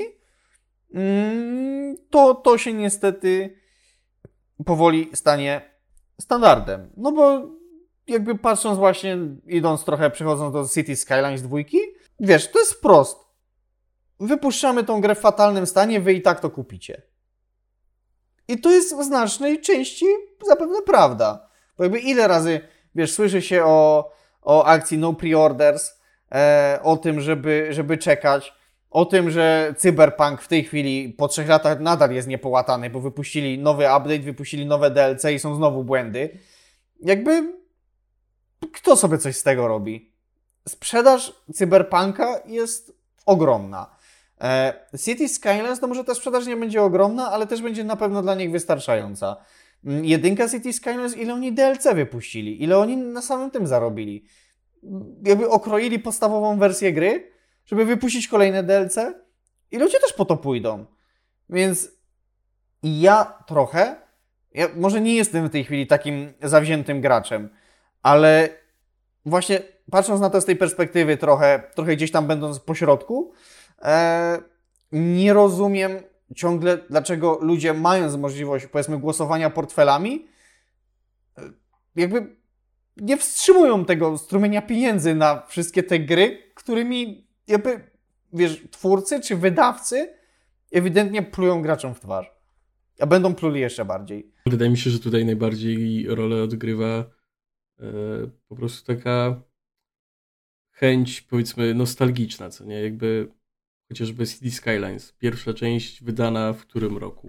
to się niestety powoli stanie standardem. No bo jakby patrząc właśnie, przechodząc do City Skylines 2, wiesz, to jest wprost. Wypuszczamy tą grę w fatalnym stanie, wy i tak to kupicie. I to jest w znacznej części zapewne prawda. Bo jakby ile razy, wiesz, słyszy się o akcji no pre-orders, o tym, żeby czekać, o tym, że Cyberpunk w tej chwili po 3 latach nadal jest niepołatany, bo wypuścili nowy update, wypuścili nowe DLC i są znowu błędy. Jakby kto sobie coś z tego robi? Sprzedaż Cyberpunka jest ogromna. City Skylines, to może ta sprzedaż nie będzie ogromna, ale też będzie na pewno dla nich wystarczająca. Jedynka City Skylines, ile oni DLC wypuścili? Ile oni na samym tym zarobili? Jakby okroili podstawową wersję gry, żeby wypuścić kolejne DLC i ludzie też po to pójdą. Więc ja może nie jestem w tej chwili takim zawziętym graczem, ale właśnie patrząc na to z tej perspektywy trochę gdzieś tam będąc po środku, nie rozumiem ciągle, dlaczego ludzie mając możliwość, powiedzmy, głosowania portfelami, jakby nie wstrzymują tego strumienia pieniędzy na wszystkie te gry, którymi jakby, wiesz, twórcy czy wydawcy ewidentnie plują graczom w twarz. A będą pluli jeszcze bardziej. Wydaje mi się, że tutaj najbardziej rolę odgrywa po prostu taka chęć, powiedzmy, nostalgiczna, co nie? Jakby chociażby City Skylines. Pierwsza część wydana w którym roku?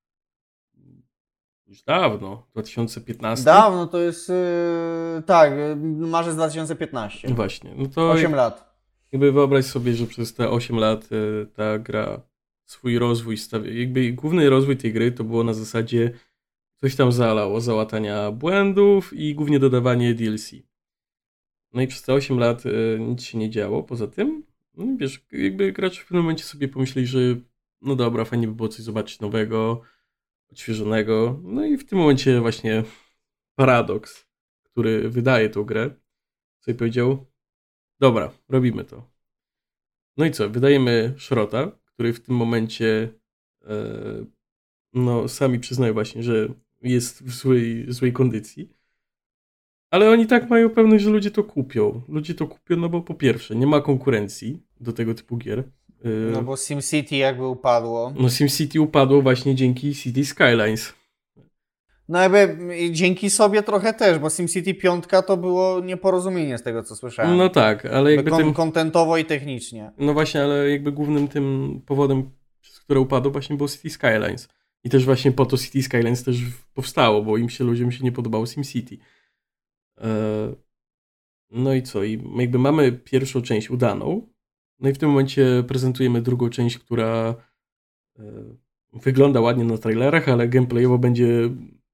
Już dawno, 2015. Dawno, to jest, tak, marzec 2015. Właśnie, no to 8 lat. Jakby wyobraź sobie, że przez te 8 lat ta gra swój rozwój jakby główny rozwój tej gry to było na zasadzie coś tam zalało, załatania błędów i głównie dodawanie DLC. No i przez te 8 lat nic się nie działo. Poza tym, no wiesz, jakby gracze w pewnym momencie sobie pomyśleli, że no dobra, fajnie by było coś zobaczyć nowego, odświeżonego. No i w tym momencie właśnie Paradox, który wydaje tą grę, sobie powiedział: dobra, robimy to. No i co? Wydajemy szrota, który w tym momencie no sami przyznają właśnie, że jest w złej kondycji. Ale oni tak mają pewność, że ludzie to kupią. Ludzie to kupią, no bo po pierwsze, nie ma konkurencji do tego typu gier. No bo SimCity jakby upadło. No SimCity upadło właśnie dzięki City Skylines. No jakby dzięki sobie trochę też, bo SimCity 5 to było nieporozumienie z tego, co słyszałem. No tak, ale jakby kontentowo i technicznie. No właśnie, ale jakby głównym tym powodem, przez które upadło, właśnie było City Skylines. I też właśnie po to City Skylines też powstało, bo ludziom się nie podobało SimCity. No i co? I jakby mamy pierwszą część udaną, no i w tym momencie prezentujemy drugą część, która wygląda ładnie na trailerach, ale gameplayowo będzie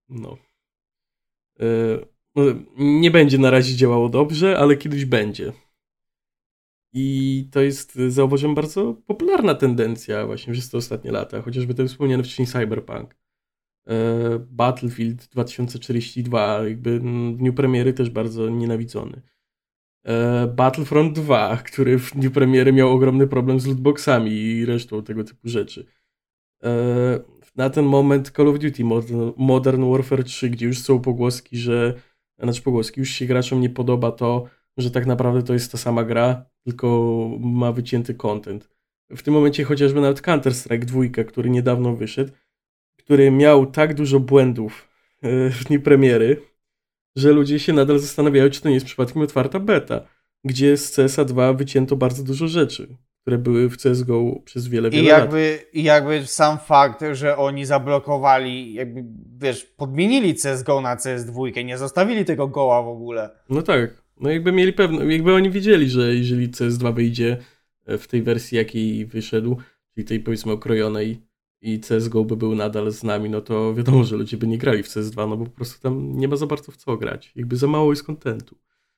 nie będzie na razie działało dobrze, ale kiedyś będzie. I to jest, zauważyłem, bardzo popularna tendencja właśnie przez te ostatnie lata, chociażby ten wspomniany wcześniej Cyberpunk. Battlefield 2042, jakby w dniu premiery też bardzo nienawidzony. Battlefront 2, który w dniu premiery miał ogromny problem z lootboxami i resztą tego typu rzeczy. Na ten moment Call of Duty Modern Warfare 3, gdzie już są pogłoski, już się graczom nie podoba to, że tak naprawdę to jest ta sama gra, tylko ma wycięty content. W tym momencie chociażby nawet Counter-Strike 2, który niedawno wyszedł, który miał tak dużo błędów w dniu premiery, że ludzie się nadal zastanawiają, czy to nie jest przypadkiem otwarta beta, gdzie z CSA 2 wycięto bardzo dużo rzeczy, które były w CSGO przez wiele lat. I jakby sam fakt, że oni zablokowali, jakby, wiesz, podmienili CSGO na CS2, nie zostawili tego goła w ogóle. No tak, no jakby oni wiedzieli, że jeżeli CS2 wyjdzie w tej wersji, jakiej wyszedł, czyli tej powiedzmy okrojonej, i CSGO by był nadal z nami, no to wiadomo, że ludzie by nie grali w CS2, no bo po prostu tam nie ma za bardzo w co grać. Jakby za mało jest kontentu.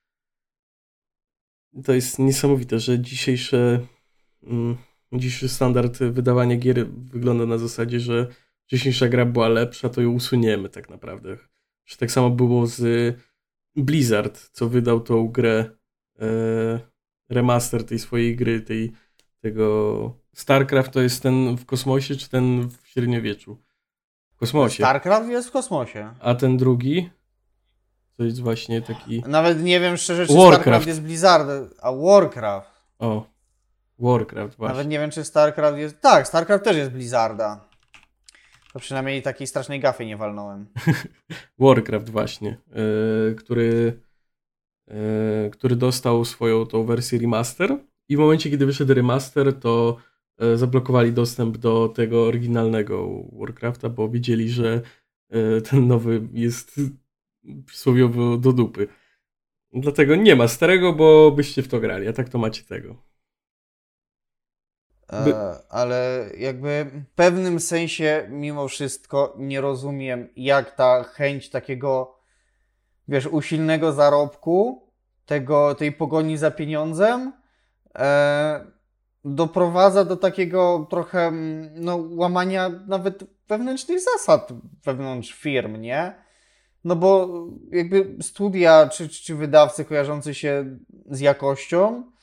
To jest niesamowite, że dzisiejszy standard wydawania gier wygląda na zasadzie, że wcześniejsza gra była lepsza, to ją usuniemy tak naprawdę. Że tak samo było z Blizzard, co wydał tą grę, remaster tej swojej gry, tego StarCraft. To jest ten w kosmosie, czy ten w średniowieczu? W kosmosie. StarCraft jest w kosmosie. A ten drugi? To jest właśnie taki... Nawet nie wiem szczerze, czy Warcraft. StarCraft jest Blizzard, a Warcraft. O, Warcraft właśnie. Nawet nie wiem, czy StarCraft jest... Tak, StarCraft też jest Blizzarda. To przynajmniej takiej strasznej gafy nie walnąłem. Warcraft właśnie, który dostał swoją tą wersję remaster i w momencie, kiedy wyszedł remaster, to zablokowali dostęp do tego oryginalnego Warcrafta, bo wiedzieli, że ten nowy jest przysłowiowo do dupy. Dlatego nie ma starego, bo byście w to grali, a tak to macie tego. Ale jakby w pewnym sensie mimo wszystko nie rozumiem, jak ta chęć takiego, wiesz, usilnego zarobku, tej pogoni za pieniądzem doprowadza do takiego trochę łamania nawet wewnętrznych zasad wewnątrz firm, nie? No bo jakby studia czy wydawcy kojarzący się z jakością,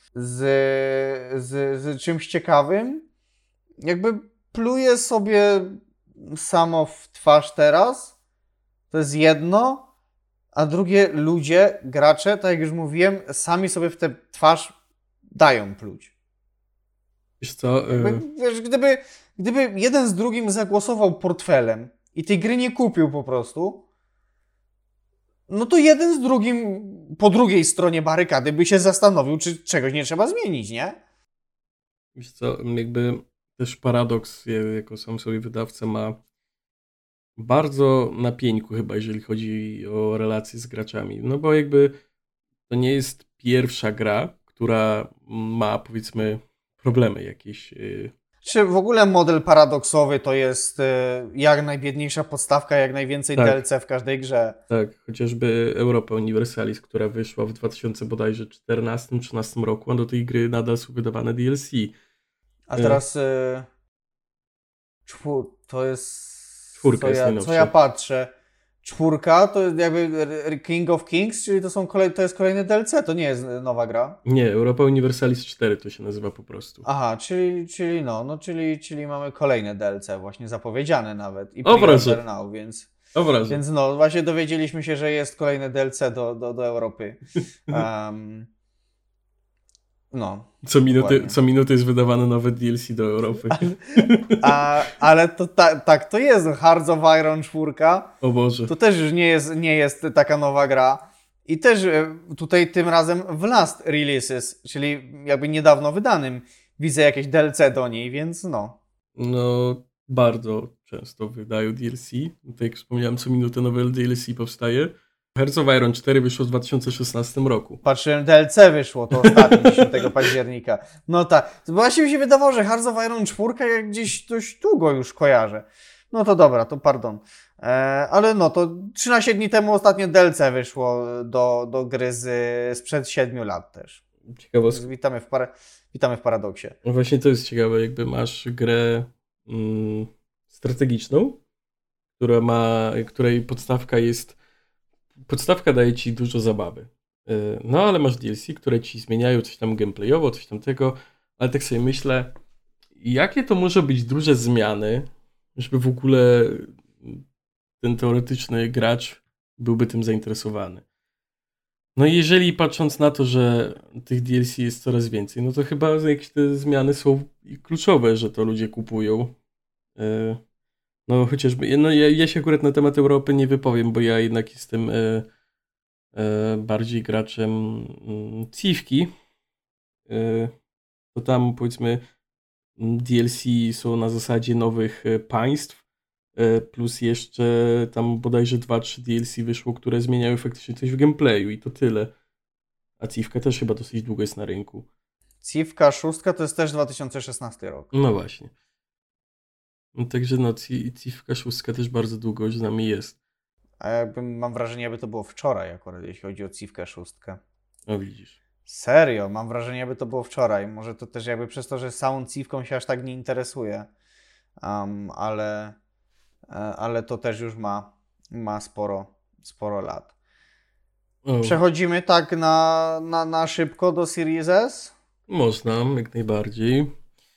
z czymś ciekawym, jakby pluje sobie samo w twarz teraz. To jest jedno, a drugie ludzie, gracze, tak jak już mówiłem, sami sobie w tę twarz dają pluć. Wiesz co? Wiesz, gdyby jeden z drugim zagłosował portfelem i tej gry nie kupił po prostu, no to jeden z drugim po drugiej stronie barykady by się zastanowił, czy czegoś nie trzeba zmienić, nie? Wiesz co, jakby też Paradox jako sam sobie wydawca ma bardzo na pieńku chyba, jeżeli chodzi o relacje z graczami. No bo jakby to nie jest pierwsza gra, która ma powiedzmy problemy jakieś. Czy w ogóle model paradoksowy to jest jak najbiedniejsza podstawka, jak najwięcej DLC w każdej grze? Tak, chociażby Europa Universalis, która wyszła w 2014-13 roku, a do tej gry nadal są wydawane DLC. A teraz to jest... Czwórka jest najnowsza. Co ja patrzę? Czwórka to jest jakby King of Kings, czyli to jest kolejny DLC, to nie jest nowa gra. Nie, Europa Universalis 4 to się nazywa po prostu. Aha, czyli mamy kolejne DLC właśnie zapowiedziane nawet. I Obrazy. Now, więc Obrazy. Więc no, właśnie dowiedzieliśmy się, że jest kolejne DLC do Europy. Co minutę jest wydawane nowe DLC do Europy. Ale to tak to jest. Hearts of Iron 4. O Boże. To też już nie jest taka nowa gra. I też tutaj tym razem w last releases, czyli jakby niedawno wydanym, widzę jakieś DLC do niej, więc no. No, bardzo często wydają DLC. Tak jak wspomniałem, co minutę nowe DLC powstaje. Hearts of Iron 4 wyszło w 2016 roku. Patrzyłem, DLC wyszło, to ostatnie, 10 października. No tak. Właśnie mi się wydawało, że Hearts of Iron 4 jak gdzieś dość długo już kojarzę. No to dobra, to pardon. Ale no to 13 dni temu ostatnie DLC wyszło do gry sprzed 7 lat też. Ciekawostka. Witamy w Paradoksie. No właśnie to jest ciekawe, jakby masz grę strategiczną, której podstawka daje ci dużo zabawy. No ale masz DLC, które ci zmieniają coś tam gameplayowo, coś tam tego, ale tak sobie myślę, jakie to może być duże zmiany, żeby w ogóle ten teoretyczny gracz byłby tym zainteresowany. No i jeżeli patrząc na to, że tych DLC jest coraz więcej, no to chyba jakieś te zmiany są kluczowe, że to ludzie kupują. No chociażby, no ja się akurat na temat Europy nie wypowiem, bo ja jednak jestem bardziej graczem Civki. To tam powiedzmy DLC są na zasadzie nowych państw, plus jeszcze tam bodajże 2-3 DLC wyszło, które zmieniają faktycznie coś w gameplayu i to tyle. A Civka też chyba dosyć długo jest na rynku. Civka 6 to jest też 2016 rok. No właśnie. No, także no, Civka 6 też bardzo długo już z nami jest. A mam wrażenie, jakby to było wczoraj akurat, jeśli chodzi o Civkę 6. No widzisz. Serio, mam wrażenie, jakby to było wczoraj. Może to też jakby przez to, że samą Civką się aż tak nie interesuje. Ale to też już ma sporo lat. Przechodzimy tak na szybko do Series S? Można, jak najbardziej.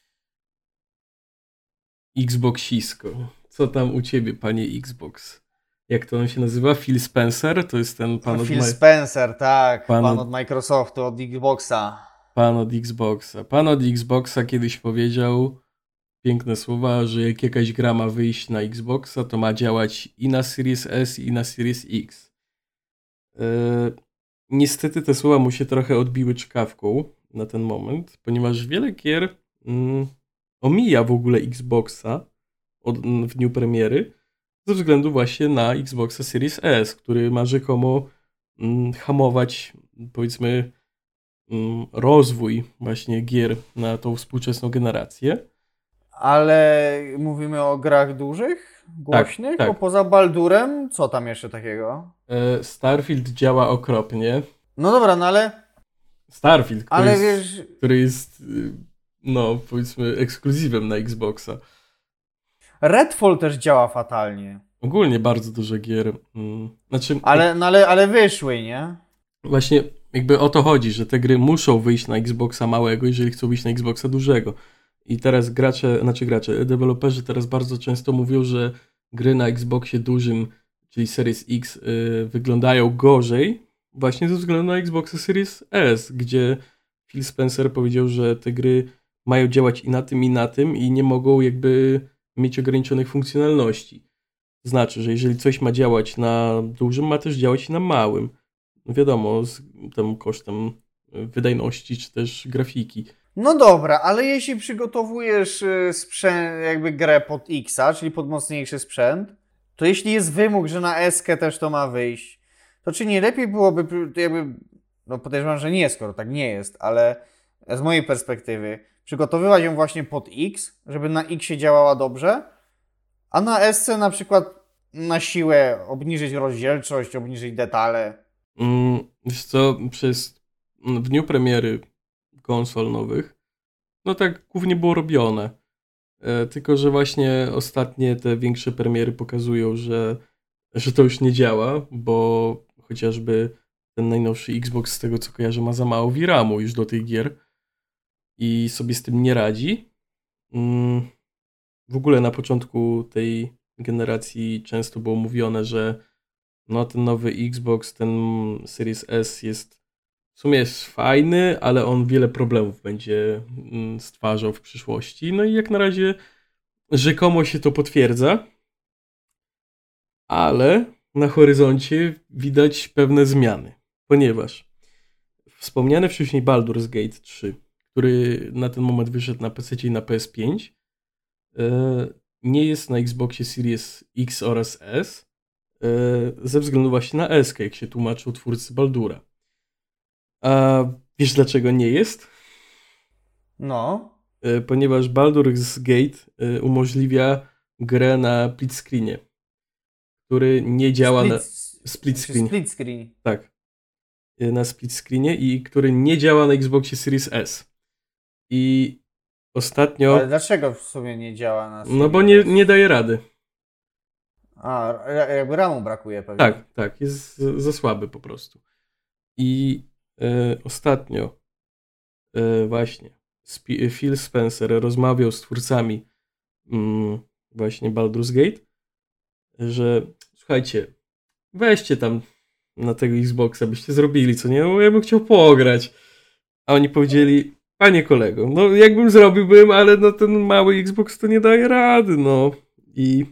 Xboxisko. Co tam u ciebie, panie Xbox? Jak to on się nazywa? Phil Spencer? To jest ten pan Phil Spencer, tak. Pan od Microsoftu, od Xboxa. Pan od Xboxa. Pan od Xboxa kiedyś powiedział, piękne słowa, że jak jakaś gra ma wyjść na Xboxa, to ma działać i na Series S, i na Series X. Niestety te słowa mu się trochę odbiły czkawką na ten moment, ponieważ wiele gier omija w ogóle Xboxa w dniu premiery ze względu właśnie na Xboxa Series S, który ma rzekomo hamować, powiedzmy, rozwój właśnie gier na tą współczesną generację. Ale mówimy o grach dużych, głośnych, tak. bo poza Baldurem, co tam jeszcze takiego? Starfield działa okropnie. No dobra, no ale... Starfield, który który jest no, powiedzmy, ekskluzywem na Xboxa. Redfall też działa fatalnie. Ogólnie bardzo dużo gier. Znaczy, ale wyszły, nie? Właśnie jakby o to chodzi, że te gry muszą wyjść na Xboxa małego, jeżeli chcą wyjść na Xboxa dużego. I teraz deweloperzy teraz bardzo często mówią, że gry na Xboxie dużym, czyli Series X, wyglądają gorzej właśnie ze względu na Xboxa Series S, gdzie Phil Spencer powiedział, że te gry mają działać i na tym i nie mogą jakby mieć ograniczonych funkcjonalności. Znaczy, że jeżeli coś ma działać na dużym, ma też działać i na małym. No wiadomo, z tym kosztem wydajności czy też grafiki. No dobra, ale jeśli przygotowujesz sprzęt, jakby grę pod X-a, czyli pod mocniejszy sprzęt, to jeśli jest wymóg, że na S-kę też to ma wyjść, to czy nie lepiej byłoby jakby, no podejrzewam, że nie, skoro tak nie jest, ale z mojej perspektywy, przygotowywać ją właśnie pod X, żeby na X-ie działała dobrze, a na S-ce na przykład na siłę obniżyć rozdzielczość, obniżyć detale. Wiesz co, w dniu premiery konsol nowych, no tak głównie było robione. Tylko, że właśnie ostatnie te większe premiery pokazują, że to już nie działa, bo chociażby ten najnowszy Xbox, z tego co kojarzę, ma za mało VRAMu już do tych gier i sobie z tym nie radzi. W ogóle na początku tej generacji często było mówione, że no ten nowy Xbox, ten Series S w sumie jest fajny, ale on wiele problemów będzie stwarzał w przyszłości. No i jak na razie rzekomo się to potwierdza, ale na horyzoncie widać pewne zmiany, ponieważ wspomniany wcześniej Baldur's Gate 3, który na ten moment wyszedł na PC i na PS5, nie jest na Xboxie Series X oraz S, ze względu właśnie na S, jak się tłumaczył twórcy Baldura. A wiesz dlaczego nie jest? No. Ponieważ Baldur's Gate umożliwia grę na split screenie, który nie działa na split screen. Tak. Na split screenie i który nie działa na Xboxie Series S. I ostatnio... Ale dlaczego w sumie nie działa na Series No bo nie daje rady. A, jakby RAMu brakuje pewnie. Tak, jest za słaby po prostu. I ostatnio właśnie Phil Spencer rozmawiał z twórcami właśnie Baldur's Gate, że słuchajcie, weźcie tam na tego Xboxa, byście zrobili, co nie? No, ja bym chciał pograć. A oni powiedzieli, panie kolego, no jakbym zrobiłbym, ale no ten mały Xbox to nie daje rady, no. I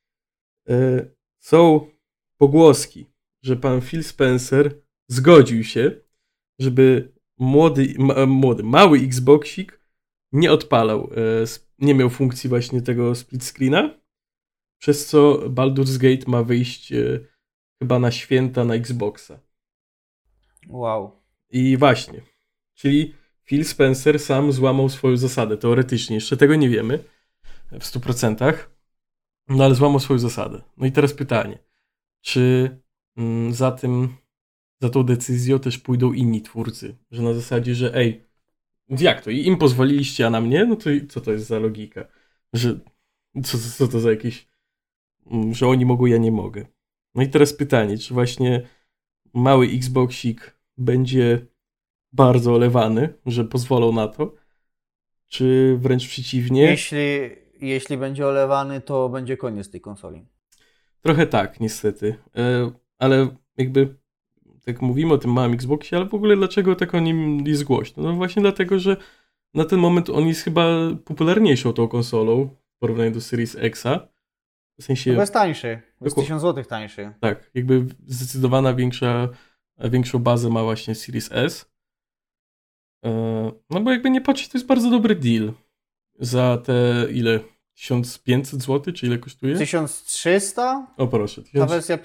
są pogłoski, że pan Phil Spencer zgodził się, żeby mały Xboxik nie odpalał, nie miał funkcji właśnie tego split screena, przez co Baldur's Gate ma wyjść chyba na święta na Xboxa. Wow. I właśnie, czyli Phil Spencer sam złamał swoją zasadę, teoretycznie, jeszcze tego nie wiemy w 100%, no ale złamał swoją zasadę. No i teraz pytanie, czy za tą decyzją też pójdą inni twórcy, że na zasadzie, że jak to? I im pozwoliliście, a na mnie? No to co to jest za logika? Że co to za jakieś, że oni mogą, ja nie mogę. No i teraz pytanie, czy właśnie mały Xboxik będzie bardzo olewany, że pozwolą na to, czy wręcz przeciwnie? Jeśli będzie olewany, to będzie koniec tej konsoli. Trochę tak, niestety. Ale jakby tak mówimy o tym małym Xboxie, ale w ogóle dlaczego tak o nim jest głośno? No właśnie dlatego, że na ten moment on jest chyba popularniejszą tą konsolą w porównaniu do Series X'a. W sensie... No jest tańszy. Jest 1000 zł tańszy. Tak, jakby zdecydowana większą bazę ma właśnie Series S. No bo jakby nie patrzeć, to jest bardzo dobry deal. Za te ile? 1500 zł, czy ile kosztuje? 1300? O proszę. Ta wersja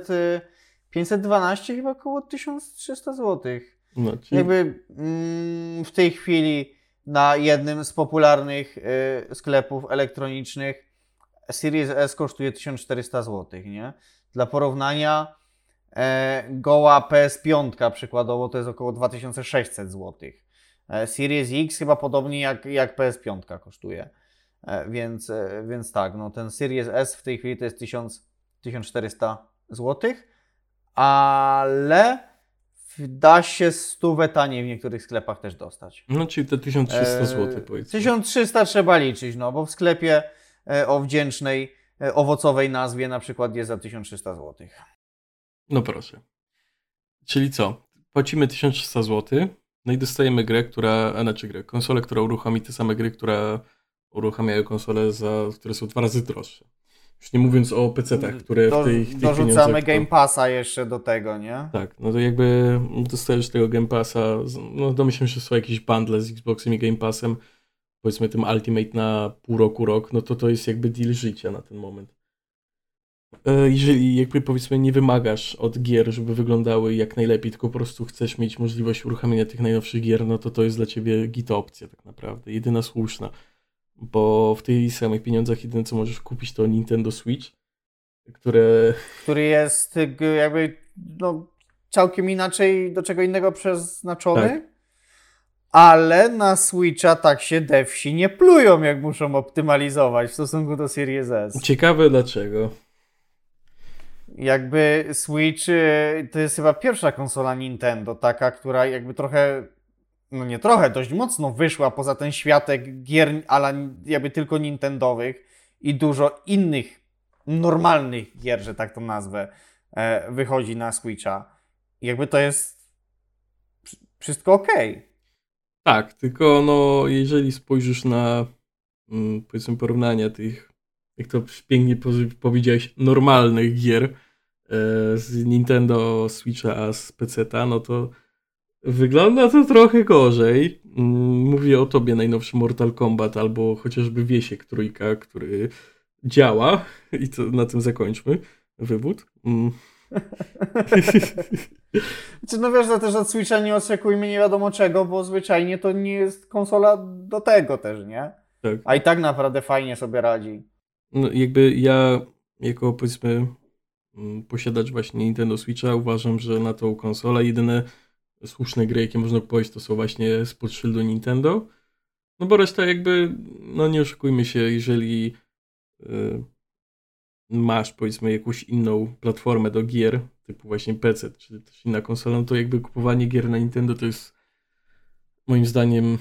512 chyba około 1300 zł. No, czyli... Jakby w tej chwili na jednym z popularnych sklepów elektronicznych Series S kosztuje 1400 zł, nie? Dla porównania goła PS5 przykładowo to jest około 2600 zł. Series X chyba podobnie jak PS5 kosztuje. Więc tak, no ten Series S w tej chwili to jest 1400 zł, ale da się 100 taniej w niektórych sklepach też dostać. No czyli te 1300 zł powiedzmy. 1300 trzeba liczyć, no bo w sklepie o wdzięcznej, owocowej nazwie na przykład jest za 1300 zł. No proszę. Czyli co? Płacimy 1300 zł, no i dostajemy grę, konsolę, która uruchomi te same gry, które uruchamiają konsole, które są 2 razy droższe. Już nie mówiąc o PC-tach, które w tych dorzucamy Game Passa jeszcze do tego, nie? Tak, no to jakby dostajesz tego Game Passa, no domyślam się, że są jakieś bundle z Xboxem i Game Passem, powiedzmy tym Ultimate na pół roku, rok, no to jest jakby deal życia na ten moment. Jeżeli jakby powiedzmy nie wymagasz od gier, żeby wyglądały jak najlepiej, tylko po prostu chcesz mieć możliwość uruchamiania tych najnowszych gier, no to jest dla ciebie git opcja tak naprawdę, jedyna słuszna. Bo w tych samych pieniądzach jedyne co możesz kupić to Nintendo Switch, który jest jakby całkiem inaczej do czego innego przeznaczony, tak. Ale na Switcha tak się devsi nie plują, jak muszą optymalizować w stosunku do Series S. Ciekawe dlaczego. Jakby Switch to jest chyba pierwsza konsola Nintendo, taka, która jakby trochę, no nie trochę, dość mocno wyszła poza ten światek gier, ale jakby tylko nintendowych i dużo innych normalnych gier, że tak to nazwę, wychodzi na Switcha. Jakby to jest wszystko okej. Tak, tylko no jeżeli spojrzysz na powiedzmy porównania tych, jak to pięknie powiedziałeś, normalnych gier z Nintendo Switcha a z PC-ta, no to wygląda to trochę gorzej. Mówię o tobie najnowszy Mortal Kombat albo chociażby Wiesiek Trójka, który działa i to na tym zakończmy wywód. No wiesz, też od Switcha nie oczekujmy nie wiadomo czego, bo zwyczajnie to nie jest konsola do tego też, nie? Tak. A i tak naprawdę fajnie sobie radzi. No jakby ja jako powiedzmy posiadacz właśnie Nintendo Switcha uważam, że na tą konsolę jedyne słuszne gry, jakie można kupować, to są właśnie spod szyldu Nintendo. No bo reszta jakby, no nie oszukujmy się, jeżeli masz powiedzmy jakąś inną platformę do gier, typu właśnie PC, czy też inna konsola, no to jakby kupowanie gier na Nintendo to jest moim zdaniem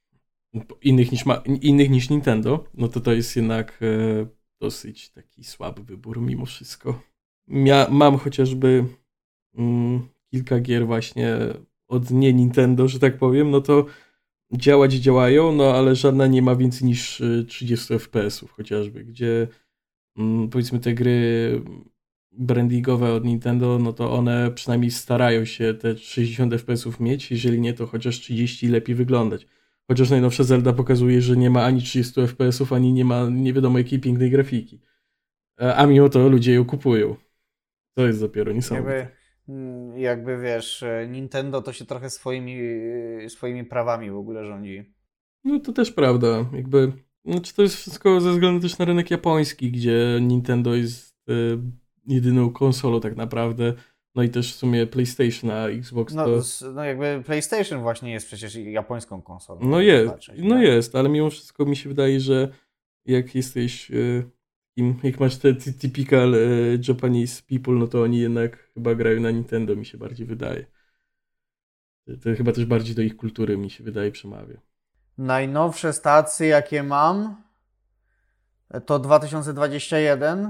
innych niż Nintendo, no to jest jednak dosyć taki słaby wybór mimo wszystko. Mam chociażby kilka gier właśnie od nie Nintendo, że tak powiem, no to działają, no ale żadna nie ma więcej niż 30 FPS-ów chociażby, gdzie powiedzmy te gry brandingowe od Nintendo, no to one przynajmniej starają się te 60 FPS-ów mieć, jeżeli nie, to chociaż 30 lepiej wyglądać. Chociaż najnowsza Zelda pokazuje, że nie ma ani 30 FPS-ów, ani nie ma nie wiadomo jakiej pięknej grafiki. A mimo to ludzie ją kupują. To jest dopiero niesamowite. Jakby wiesz, Nintendo to się trochę swoimi prawami w ogóle rządzi. No to też prawda. Jakby, znaczy to jest wszystko ze względu też na rynek japoński, gdzie Nintendo jest jedyną konsolą tak naprawdę. No i też w sumie PlayStation, a Xbox to... No jakby PlayStation właśnie jest przecież japońską konsolą. No jest, patrzeć, no tak? Jest, ale mimo wszystko mi się wydaje, że jak jesteś... Jak masz te typical Japanese people, no to oni jednak chyba grają na Nintendo, mi się bardziej wydaje. To chyba też bardziej do ich kultury, mi się wydaje, przemawia. Najnowsze stacje, jakie mam, to 2021,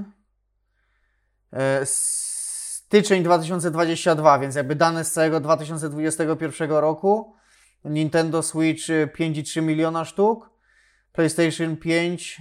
styczeń 2022, więc jakby dane z całego 2021 roku Nintendo Switch 5,3 miliona sztuk, PlayStation 5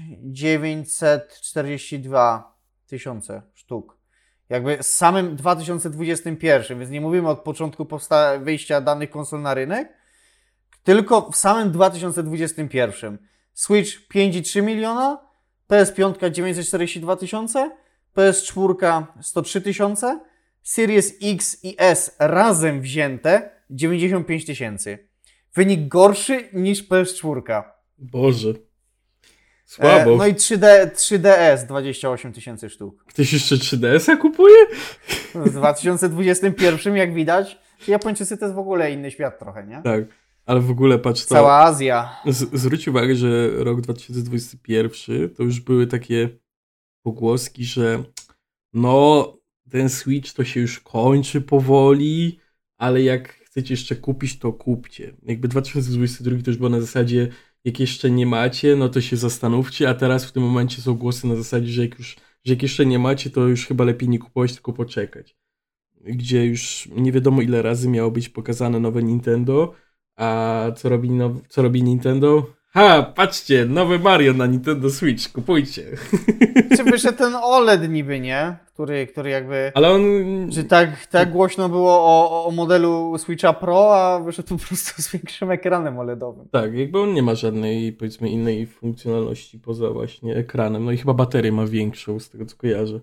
942 tysiące sztuk. Jakby z samym 2021, więc nie mówimy od początku wyjścia danych konsol na rynek, tylko w samym 2021. Switch 5,3 miliona, PS5 942 tysiące, PS4 103 tysiące, Series X i S razem wzięte 95 tysięcy. Wynik gorszy niż PS4. Boże. Słabo. No i 3DS 28 tysięcy sztuk. Ktoś jeszcze 3DS-a kupuje? W 2021, jak widać, Japończycy to jest w ogóle inny świat trochę, nie? Tak, ale w ogóle patrz to. Cała Azja. Zwróć uwagę, że rok 2021 to już były takie pogłoski, że no ten Switch to się już kończy powoli, ale jak chcecie jeszcze kupić, to kupcie. Jakby 2022 to już było na zasadzie, jak jeszcze nie macie, no to się zastanówcie, a teraz w tym momencie są głosy na zasadzie, że jak jeszcze nie macie, to już chyba lepiej nie kupować, tylko poczekać. Gdzie już nie wiadomo ile razy miało być pokazane nowe Nintendo, a co robi Nintendo? Patrzcie, nowy Mario na Nintendo Switch, kupujcie. Czy wyszedł ten OLED niby, nie? Który jakby... Ale on... Że tak głośno było o modelu Switcha Pro, a wyszedł po prostu z większym ekranem OLEDowym. Tak, jakby on nie ma żadnej, powiedzmy, innej funkcjonalności poza właśnie ekranem. No i chyba baterię ma większą, z tego co kojarzę.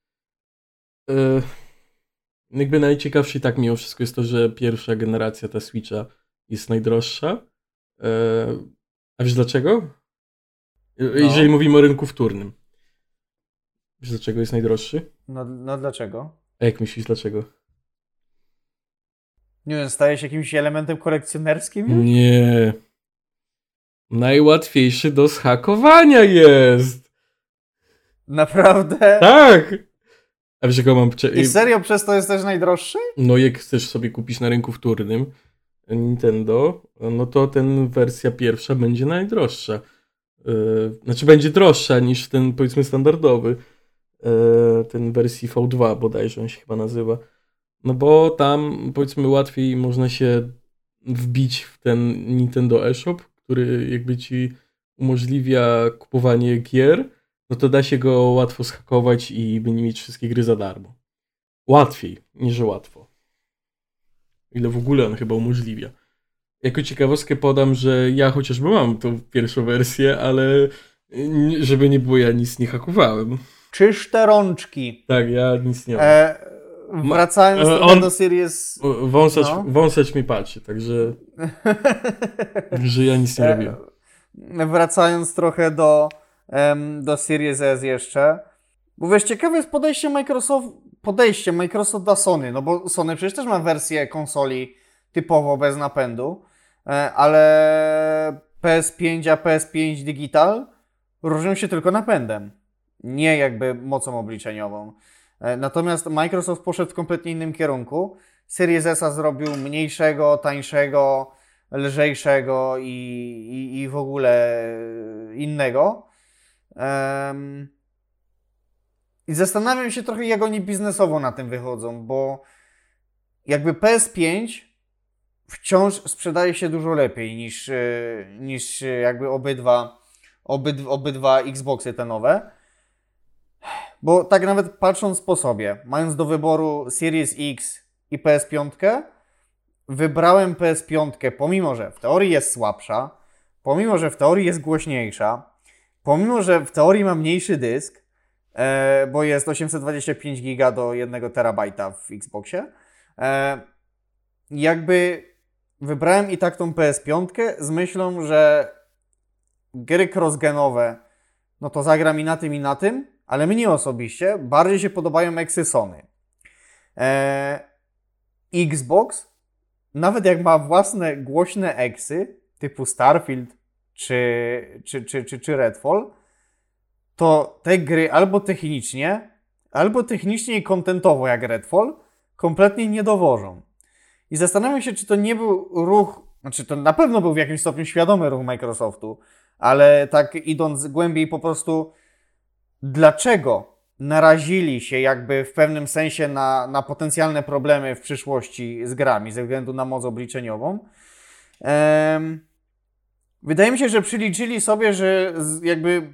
Jakby najciekawsze i tak mimo wszystko jest to, że pierwsza generacja ta Switcha jest najdroższa. A wiesz dlaczego? Jeżeli mówimy o rynku wtórnym. Wiesz dlaczego jest najdroższy? No dlaczego? A jak myślisz dlaczego? Nie wiem, staje się jakimś elementem kolekcjonerskim już? Nie. Najłatwiejszy do zhakowania jest. Naprawdę? Tak. A wiesz jaką mam... I serio przez to jest też najdroższy? No jak chcesz sobie kupić na rynku wtórnym Nintendo, no to ten wersja pierwsza będzie najdroższa. Znaczy będzie droższa niż ten, powiedzmy, standardowy. Ten wersji V2 bodajże on się chyba nazywa. No bo tam, powiedzmy, łatwiej można się wbić w ten Nintendo eShop, który jakby ci umożliwia kupowanie gier, no to da się go łatwo zhakować i będzie mieć wszystkie gry za darmo. Łatwiej niż łatwo. Ile w ogóle on chyba umożliwia. Jako ciekawostkę podam, że ja chociażby mam tą pierwszą wersję, ale żeby nie było, ja nic nie hakowałem. Czyste rączki. Tak, ja nic nie mam. Wracając do Series... Wąsacz mi patrzy, także że ja nic nie robiłem. Wracając trochę do Series S jeszcze. Bo wiesz, ciekawe jest podejście Microsoft do Sony, no bo Sony przecież też ma wersję konsoli typowo bez napędu, ale PS5 a PS5 Digital różnią się tylko napędem, nie jakby mocą obliczeniową. Natomiast Microsoft poszedł w kompletnie innym kierunku. Series S zrobił mniejszego, tańszego, lżejszego i w ogóle innego. I zastanawiam się trochę, jak oni biznesowo na tym wychodzą, bo jakby PS5 wciąż sprzedaje się dużo lepiej niż jakby obydwa Xboxy te nowe. Bo tak nawet patrząc po sobie, mając do wyboru Series X i PS5, wybrałem PS5, pomimo że w teorii jest słabsza, pomimo że w teorii jest głośniejsza, pomimo że w teorii ma mniejszy dysk, bo jest 825 giga do 1 terabajta w Xboxie. Jakby wybrałem i tak tą PS5 z myślą, że gry cross-genowe, no to zagram i na tym, ale mnie osobiście bardziej się podobają eksy Sony. Xbox, nawet jak ma własne głośne eksy, typu Starfield czy Redfall, to te gry albo technicznie i kontentowo jak Redfall, kompletnie nie dowożą. I zastanawiam się, czy to nie był ruch, znaczy to na pewno był w jakimś stopniu świadomy ruch Microsoftu, ale tak idąc głębiej po prostu, dlaczego narazili się jakby w pewnym sensie na potencjalne problemy w przyszłości z grami ze względu na moc obliczeniową, Wydaje mi się, że przyliczyli sobie, że jakby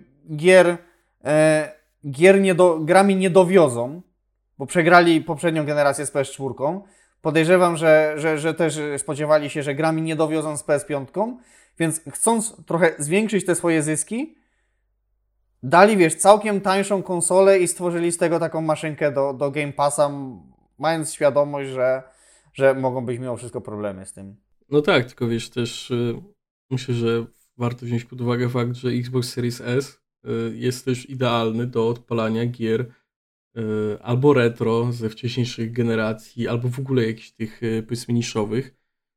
grami nie dowiozą, bo przegrali poprzednią generację z PS4. Podejrzewam, że też spodziewali się, że grami nie dowiozą z PS5, więc chcąc trochę zwiększyć te swoje zyski, dali, wiesz, całkiem tańszą konsolę i stworzyli z tego taką maszynkę do Game Passa, mając świadomość, że mogą być mimo wszystko problemy z tym. No tak, tylko wiesz, też myślę, że warto wziąć pod uwagę fakt, że Xbox Series S jest też idealny do odpalania gier albo retro ze wcześniejszych generacji, albo w ogóle jakichś tych, powiedzmy, niszowych.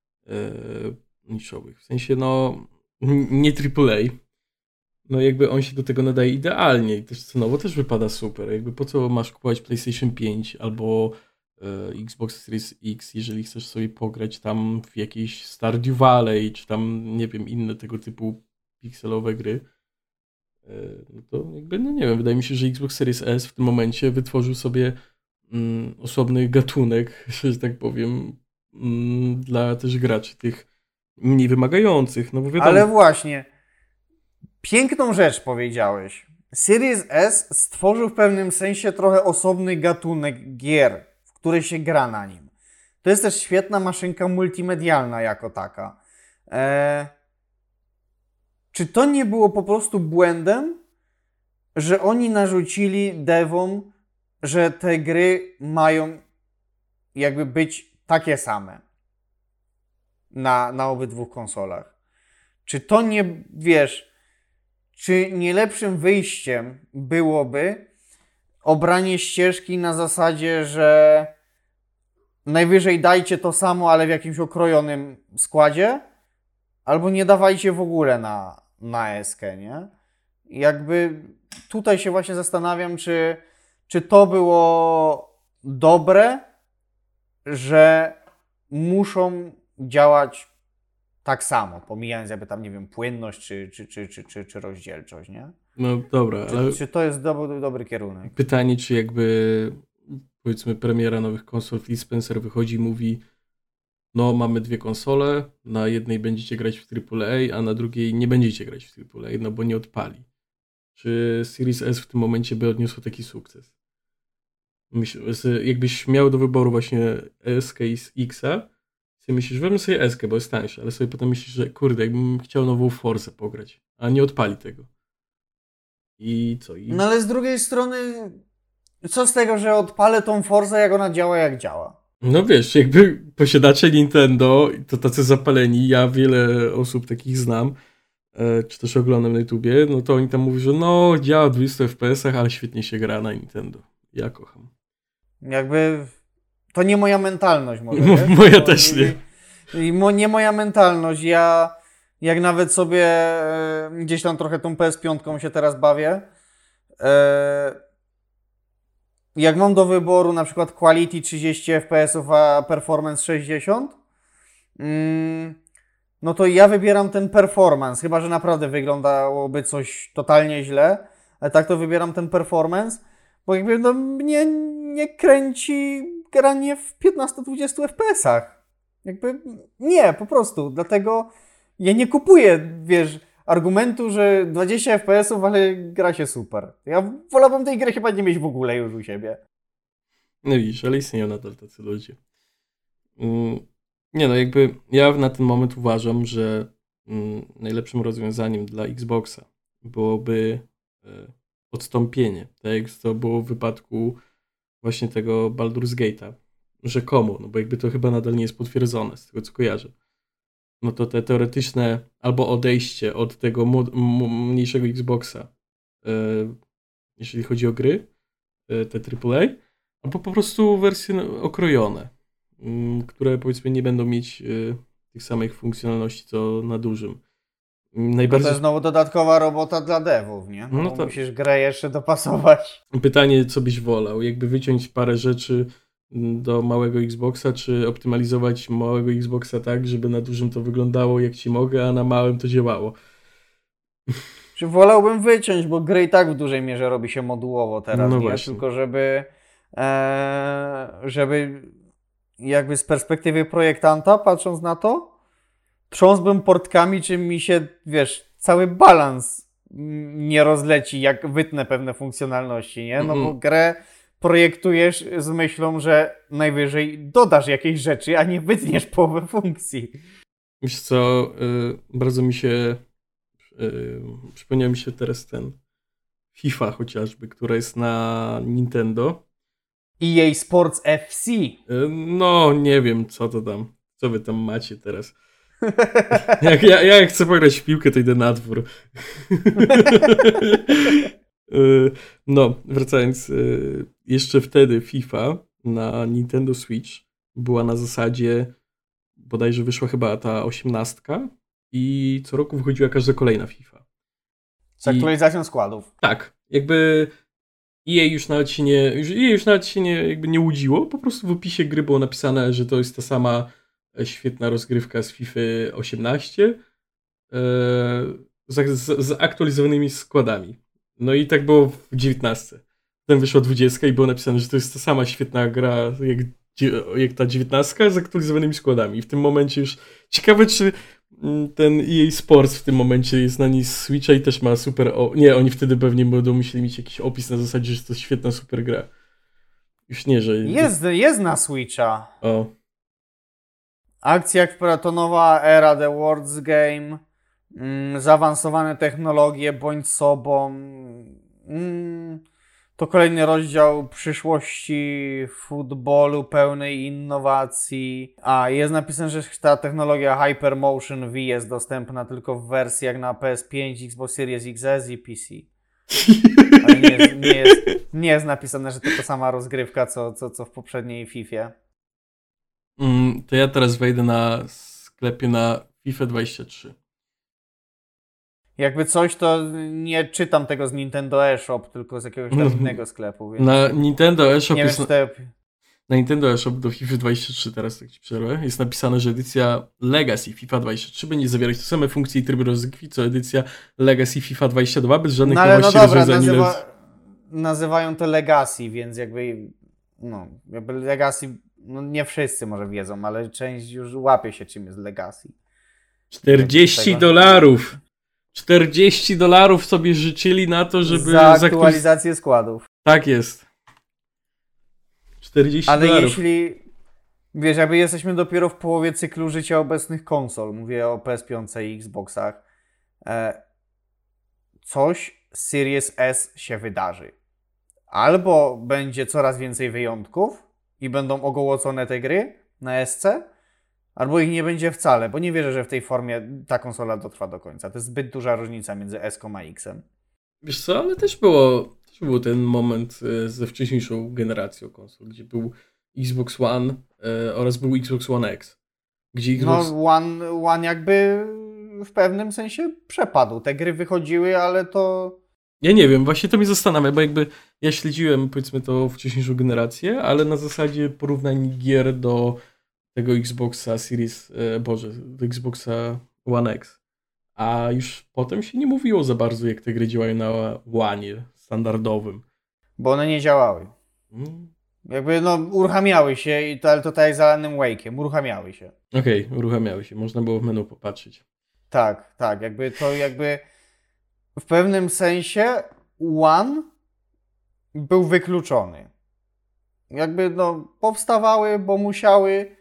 W sensie, no, nie AAA. No jakby on się do tego nadaje idealnie i też cenowo też wypada super. Jakby po co masz kupować PlayStation 5 albo Xbox Series X, jeżeli chcesz sobie pograć tam w jakiejś Stardew Valley, czy tam, nie wiem, inne tego typu pikselowe gry. No to jakby, no nie wiem, wydaje mi się, że Xbox Series S w tym momencie wytworzył sobie osobny gatunek, że tak powiem, dla też graczy tych mniej wymagających, no bo wiadomo. Ale właśnie, piękną rzecz powiedziałeś. Series S stworzył w pewnym sensie trochę osobny gatunek gier, w które się gra na nim. To jest też świetna maszynka multimedialna jako taka. Czy to nie było po prostu błędem, że oni narzucili devom, że te gry mają jakby być takie same na obydwu konsolach? Czy to nie, wiesz, czy nie lepszym wyjściem byłoby obranie ścieżki na zasadzie, że najwyżej dajcie to samo, ale w jakimś okrojonym składzie, albo nie dawajcie w ogóle na eskę, nie? Jakby tutaj się właśnie zastanawiam, czy to było dobre, że muszą działać tak samo, pomijając jakby tam, nie wiem, płynność czy rozdzielczość, nie? No dobra, ale Czy to jest dobry kierunek? pytanie, czy jakby powiedzmy premiera nowych konsol, Phil Spencer wychodzi i mówi, no mamy dwie konsole, na jednej będziecie grać w AAA, a na drugiej nie będziecie grać w AAA, no bo nie odpali. Czy Series S w tym momencie by odniosło taki sukces? Jakbyś miał do wyboru właśnie S i X-a, sobie myślisz, wezmę sobie S, bo jest tańsze, ale sobie potem myślisz, że kurde, jakbym chciał nową Force pograć, a nie odpali tego. I co? No ale z drugiej strony, co z tego, że odpalę tą Forzę, jak ona działa, jak działa? No wiesz, jakby posiadacze Nintendo, to tacy zapaleni, ja wiele osób takich znam, czy też oglądam na YouTubie, no to oni tam mówią, że no działa 20 FPS-ach, ale świetnie się gra na Nintendo. Ja kocham. Jakby to nie moja mentalność może, wiesz? Moja też nie. Nie moja mentalność. Ja jak nawet sobie gdzieś tam trochę tą PS5 się teraz bawię, jak mam do wyboru na przykład quality 30 fps a performance 60, no to ja wybieram ten performance, chyba że naprawdę wyglądałoby coś totalnie źle, ale tak to wybieram ten performance, bo jakby no, mnie nie kręci granie w 15-20 fps-ach. Jakby nie, po prostu. Dlatego ja nie kupuję, wiesz, argumentu, że 20 fps-ów, ale gra się super. Ja wolałbym tej gry chyba nie mieć w ogóle już u siebie. No widzisz, ale istnieją nadal tacy ludzie. Nie no, jakby ja na ten moment uważam, że najlepszym rozwiązaniem dla Xboxa byłoby odstąpienie, tak jak to było w wypadku właśnie tego Baldur's Gate'a. Rzekomo, no bo jakby to chyba nadal nie jest potwierdzone, z tego co kojarzę. No to te teoretyczne albo odejście od tego mniejszego Xboxa, jeżeli chodzi o gry, te AAA, albo po prostu wersje okrojone, które powiedzmy nie będą mieć tych samych funkcjonalności co na dużym. To jest znowu dodatkowa robota dla devów, nie? No to musisz grę jeszcze dopasować. Pytanie, co byś wolał? Jakby wyciąć parę rzeczy do małego Xboxa, czy optymalizować małego Xboxa tak, żeby na dużym to wyglądało jak ci mogę, a na małym to działało? Czy wolałbym wyciąć, bo gry i tak w dużej mierze robi się modułowo teraz, no nie? Właśnie. Tylko żeby jakby z perspektywy projektanta, patrząc na to trząsłbym portkami, czy mi się, wiesz, cały balans nie rozleci, jak wytnę pewne funkcjonalności, nie? No bo grę projektujesz z myślą, że najwyżej dodasz jakieś rzeczy, a nie wytniesz połowę funkcji. Wiesz co, bardzo mi się przypomniał mi się teraz ten FIFA chociażby, która jest na Nintendo. EA Sports FC. No, nie wiem, co to tam. Co wy tam macie teraz? Jak chcę pograć w piłkę, to idę na dwór. No, wracając, jeszcze wtedy FIFA na Nintendo Switch była na zasadzie, bodajże wyszła chyba ta 18 i co roku wychodziła każda kolejna FIFA. Z aktualizacją składów. Tak, jakby EA już nawet się nie łudziło, po prostu w opisie gry było napisane, że to jest ta sama świetna rozgrywka z FIFA 18 z aktualizowanymi składami. No i tak było w 19. Potem wyszła 20 i było napisane, że to jest ta sama świetna gra jak ta 19 z aktualizowanymi składami. I w tym momencie już ciekawe, czy ten EA Sports w tym momencie jest na niej Switcha i też ma super... Nie, oni wtedy pewnie będą musieli mieć jakiś opis na zasadzie, że to jest świetna super gra. Już nie, że... Jest na Switcha. O. Akcja, która to nowa era The World's Game, zaawansowane technologie, bądź sobą. To kolejny rozdział przyszłości futbolu pełnej innowacji. Jest napisane, że ta technologia Hypermotion V jest dostępna tylko w wersjach na PS5, Xbox Series XS i PC. Ale nie jest napisane, że to sama rozgrywka, co w poprzedniej FIFA. To ja teraz wejdę na sklepie na FIFA 23. Jakby coś, to nie czytam tego z Nintendo eShop, tylko z jakiegoś tam innego sklepu. Więc na Nintendo eShop nie jest... wiem, czy Na Nintendo eShop do FIFA 23, teraz tak ci przerwę, jest napisane, że edycja Legacy FIFA 23 będzie zawierać te same funkcje i tryby rozgrywki, co edycja Legacy FIFA 22, bez żadnych nowości rozwiązań. Nazywają to Legacy, więc jakby Legacy, nie wszyscy może wiedzą, ale część już łapie się, czym jest Legacy. $40! $40 sobie życzyli na to, żeby... Za aktualizację składów. Tak jest. $40. Ale jeśli, wiesz, jakby jesteśmy dopiero w połowie cyklu życia obecnych konsol, mówię o PS5 i Xboxach, coś z Series S się wydarzy. Albo będzie coraz więcej wyjątków i będą ogołocone te gry na SC, albo ich nie będzie wcale, bo nie wierzę, że w tej formie ta konsola dotrwa do końca. To jest zbyt duża różnica między S-ką a X-em. Wiesz co, ale też był ten moment ze wcześniejszą generacją konsol, gdzie był Xbox One oraz był Xbox One X. Gdzie Xbox... No, One jakby w pewnym sensie przepadł. Te gry wychodziły, ale to... Ja nie wiem, właśnie to mnie zastanawia, bo jakby ja śledziłem, powiedzmy, to wcześniejszą generację, ale na zasadzie porównań gier do tego Xboxa Series, do Xboxa One X. A już potem się nie mówiło za bardzo, jak te gry działają na One'ie standardowym. Bo one nie działały. Jakby uruchamiały się, ale to tak jak z Alanem Wake'iem, uruchamiały się. Okej, uruchamiały się, można było w menu popatrzeć. Tak, jakby w pewnym sensie One był wykluczony. Jakby powstawały, bo musiały,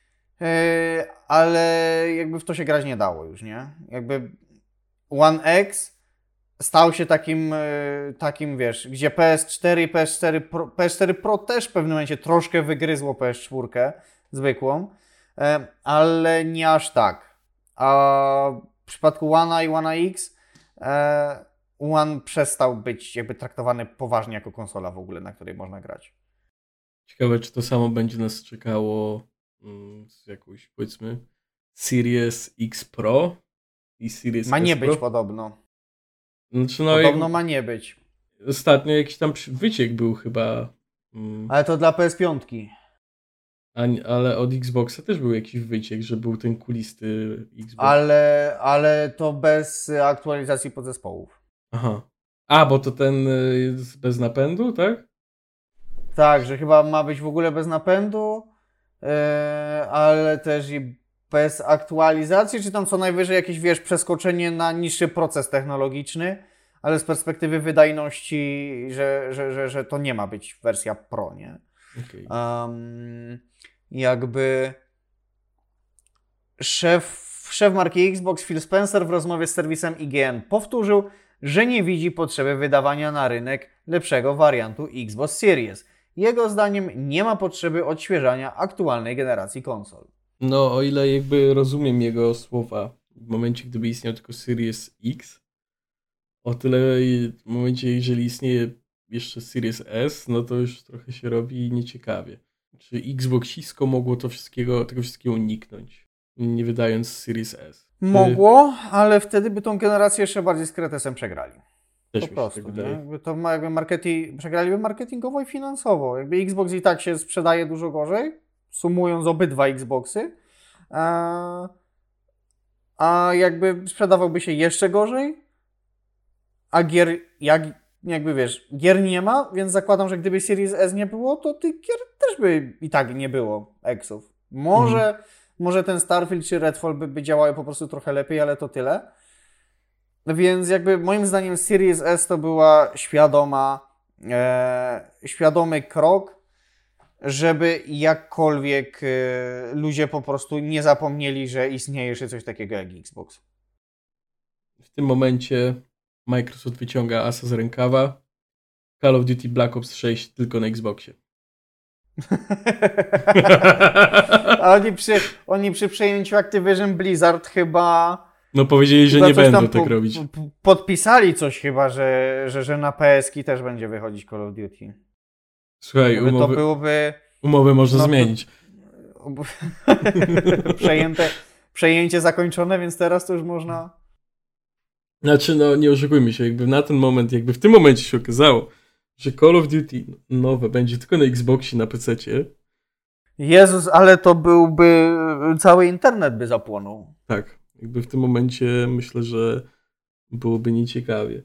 ale jakby w to się grać nie dało już, nie? Jakby One X stał się takim, wiesz, gdzie PS4 i PS4 Pro też w pewnym momencie troszkę wygryzło PS4 zwykłą, ale nie aż tak. A w przypadku One'a i One'a X One przestał być jakby traktowany poważnie jako konsola w ogóle, na której można grać. Ciekawe, czy to samo będzie nas czekało z jakąś, powiedzmy, Series X Pro i Series Ma nie S Pro? być podobno. Znaczy, Podobno ma nie być. Ostatnio jakiś tam wyciek był chyba. Ale to dla PS5. Ale od Xboxa też był jakiś wyciek, że był ten kulisty Xbox. Ale to bez aktualizacji podzespołów. Aha. Bo to ten jest bez napędu, tak? Tak, że chyba ma być w ogóle bez napędu, ale też i bez aktualizacji, czy tam co najwyżej jakieś, wiesz, przeskoczenie na niższy proces technologiczny, ale z perspektywy wydajności, że to nie ma być wersja Pro, nie? Okay. Jakby szef marki Xbox Phil Spencer w rozmowie z serwisem IGN powtórzył, że nie widzi potrzeby wydawania na rynek lepszego wariantu Xbox Series. Jego zdaniem nie ma potrzeby odświeżania aktualnej generacji konsol. No, o ile jakby rozumiem jego słowa w momencie, gdyby istniał tylko Series X, o tyle w momencie, jeżeli istnieje jeszcze Series S, no to już trochę się robi nieciekawie. Czy Xboxisko mogło tego wszystkiego uniknąć, nie wydając Series S? Mogło, ale wtedy by tą generację jeszcze bardziej z kretesem przegrali. Też po prostu, tak jakby to przegraliby marketingowo i finansowo. Jakby Xbox i tak się sprzedaje dużo gorzej, sumując obydwa Xboxy, a jakby sprzedawałby się jeszcze gorzej, a gier, jakby wiesz, gier nie ma, więc zakładam, że gdyby Series S nie było, to tych gier też by i tak nie było Xów. Może ten Starfield czy Redfall by działały po prostu trochę lepiej, ale to tyle. Więc jakby moim zdaniem Series S to była świadomy krok, żeby jakkolwiek ludzie po prostu nie zapomnieli, że istnieje jeszcze coś takiego jak Xbox. W tym momencie Microsoft wyciąga asa z rękawa. Call of Duty Black Ops 6 tylko na Xboxie. A oni przy przejęciu Activision Blizzard chyba... No powiedzieli, że nie będą tak robić. Podpisali coś chyba, że na PS-ki też będzie wychodzić Call of Duty. Słuchaj, umowę można zmienić. Przejęcie zakończone, więc teraz to już można... Znaczy, no nie oszukujmy się, jakby na ten moment, jakby w tym momencie się okazało, że Call of Duty nowe będzie tylko na Xboxie, na PC-cie. Jezus, ale to byłby... Cały internet by zapłonął. Tak, jakby w tym momencie myślę, że byłoby nieciekawie.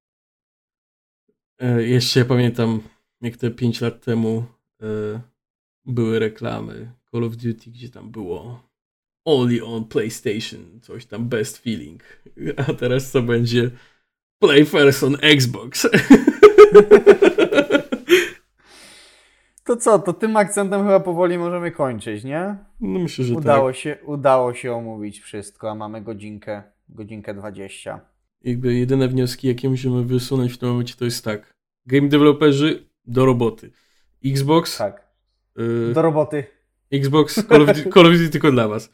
Jeszcze ja pamiętam, jak te 5 lat temu były reklamy Call of Duty, gdzie tam było only on PlayStation, coś tam best feeling. A teraz co będzie? Play first on Xbox. To co, to tym akcentem chyba powoli możemy kończyć, nie? No myślę, że Udało się omówić wszystko, a mamy godzinkę 20. Jakby jedyne wnioski, jakie musimy wysunąć w tym momencie, to jest tak. Game developerzy do roboty. Xbox. Tak. Do roboty. Xbox, Call of Duty tylko dla was.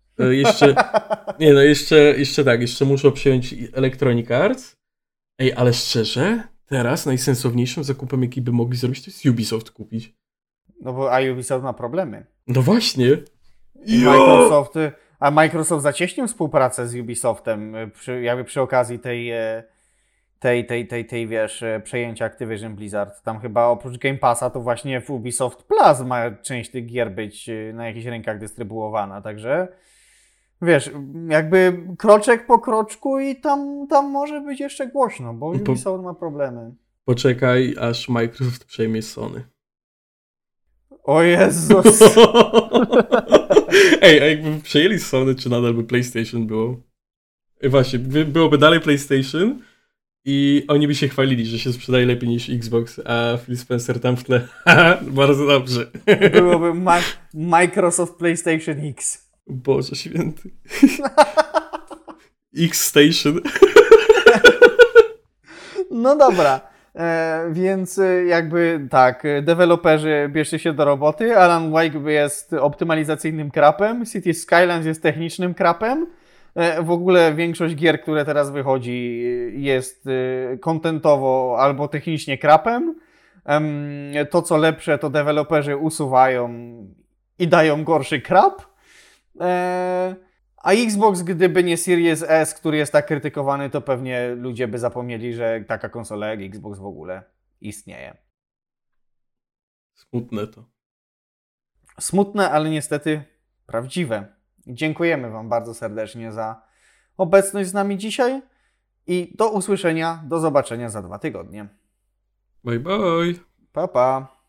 Jeszcze muszą przyjąć Electronic Arts. Ej, ale szczerze, teraz najsensowniejszym zakupem, jaki by mogli zrobić, to jest Ubisoft kupić. No bo Ubisoft ma problemy. No właśnie. Microsoft zacieśnił współpracę z Ubisoftem przy okazji tej wiesz, przejęcia Activision Blizzard. Tam chyba oprócz Game Passa to właśnie w Ubisoft Plus ma część tych gier być na jakichś rynkach dystrybuowana, także wiesz, jakby kroczek po kroczku i tam może być jeszcze głośno, bo Ubisoft ma problemy. Poczekaj, aż Microsoft przejmie Sony. O Jezus! Ej, a jakby przejęli Sony, czy nadal by PlayStation było? Właśnie, byłoby dalej PlayStation i oni by się chwalili, że się sprzedaje lepiej niż Xbox, a Phil Spencer tam w tle. Bardzo dobrze. Byłoby Microsoft PlayStation X. Boże święty. X-Station. No dobra. Więc jakby tak, deweloperzy bierzcie się do roboty. Alan Wake jest optymalizacyjnym krapem. City Skylines jest technicznym krapem. W ogóle większość gier, które teraz wychodzi, jest contentowo albo technicznie krapem. To co lepsze, to deweloperzy usuwają i dają gorszy krap. A Xbox, gdyby nie Series S, który jest tak krytykowany, to pewnie ludzie by zapomnieli, że taka konsola jak Xbox w ogóle istnieje. Smutne to. Smutne, ale niestety prawdziwe. Dziękujemy Wam bardzo serdecznie za obecność z nami dzisiaj i do usłyszenia, do zobaczenia za 2 tygodnie. Bye bye. Pa, pa.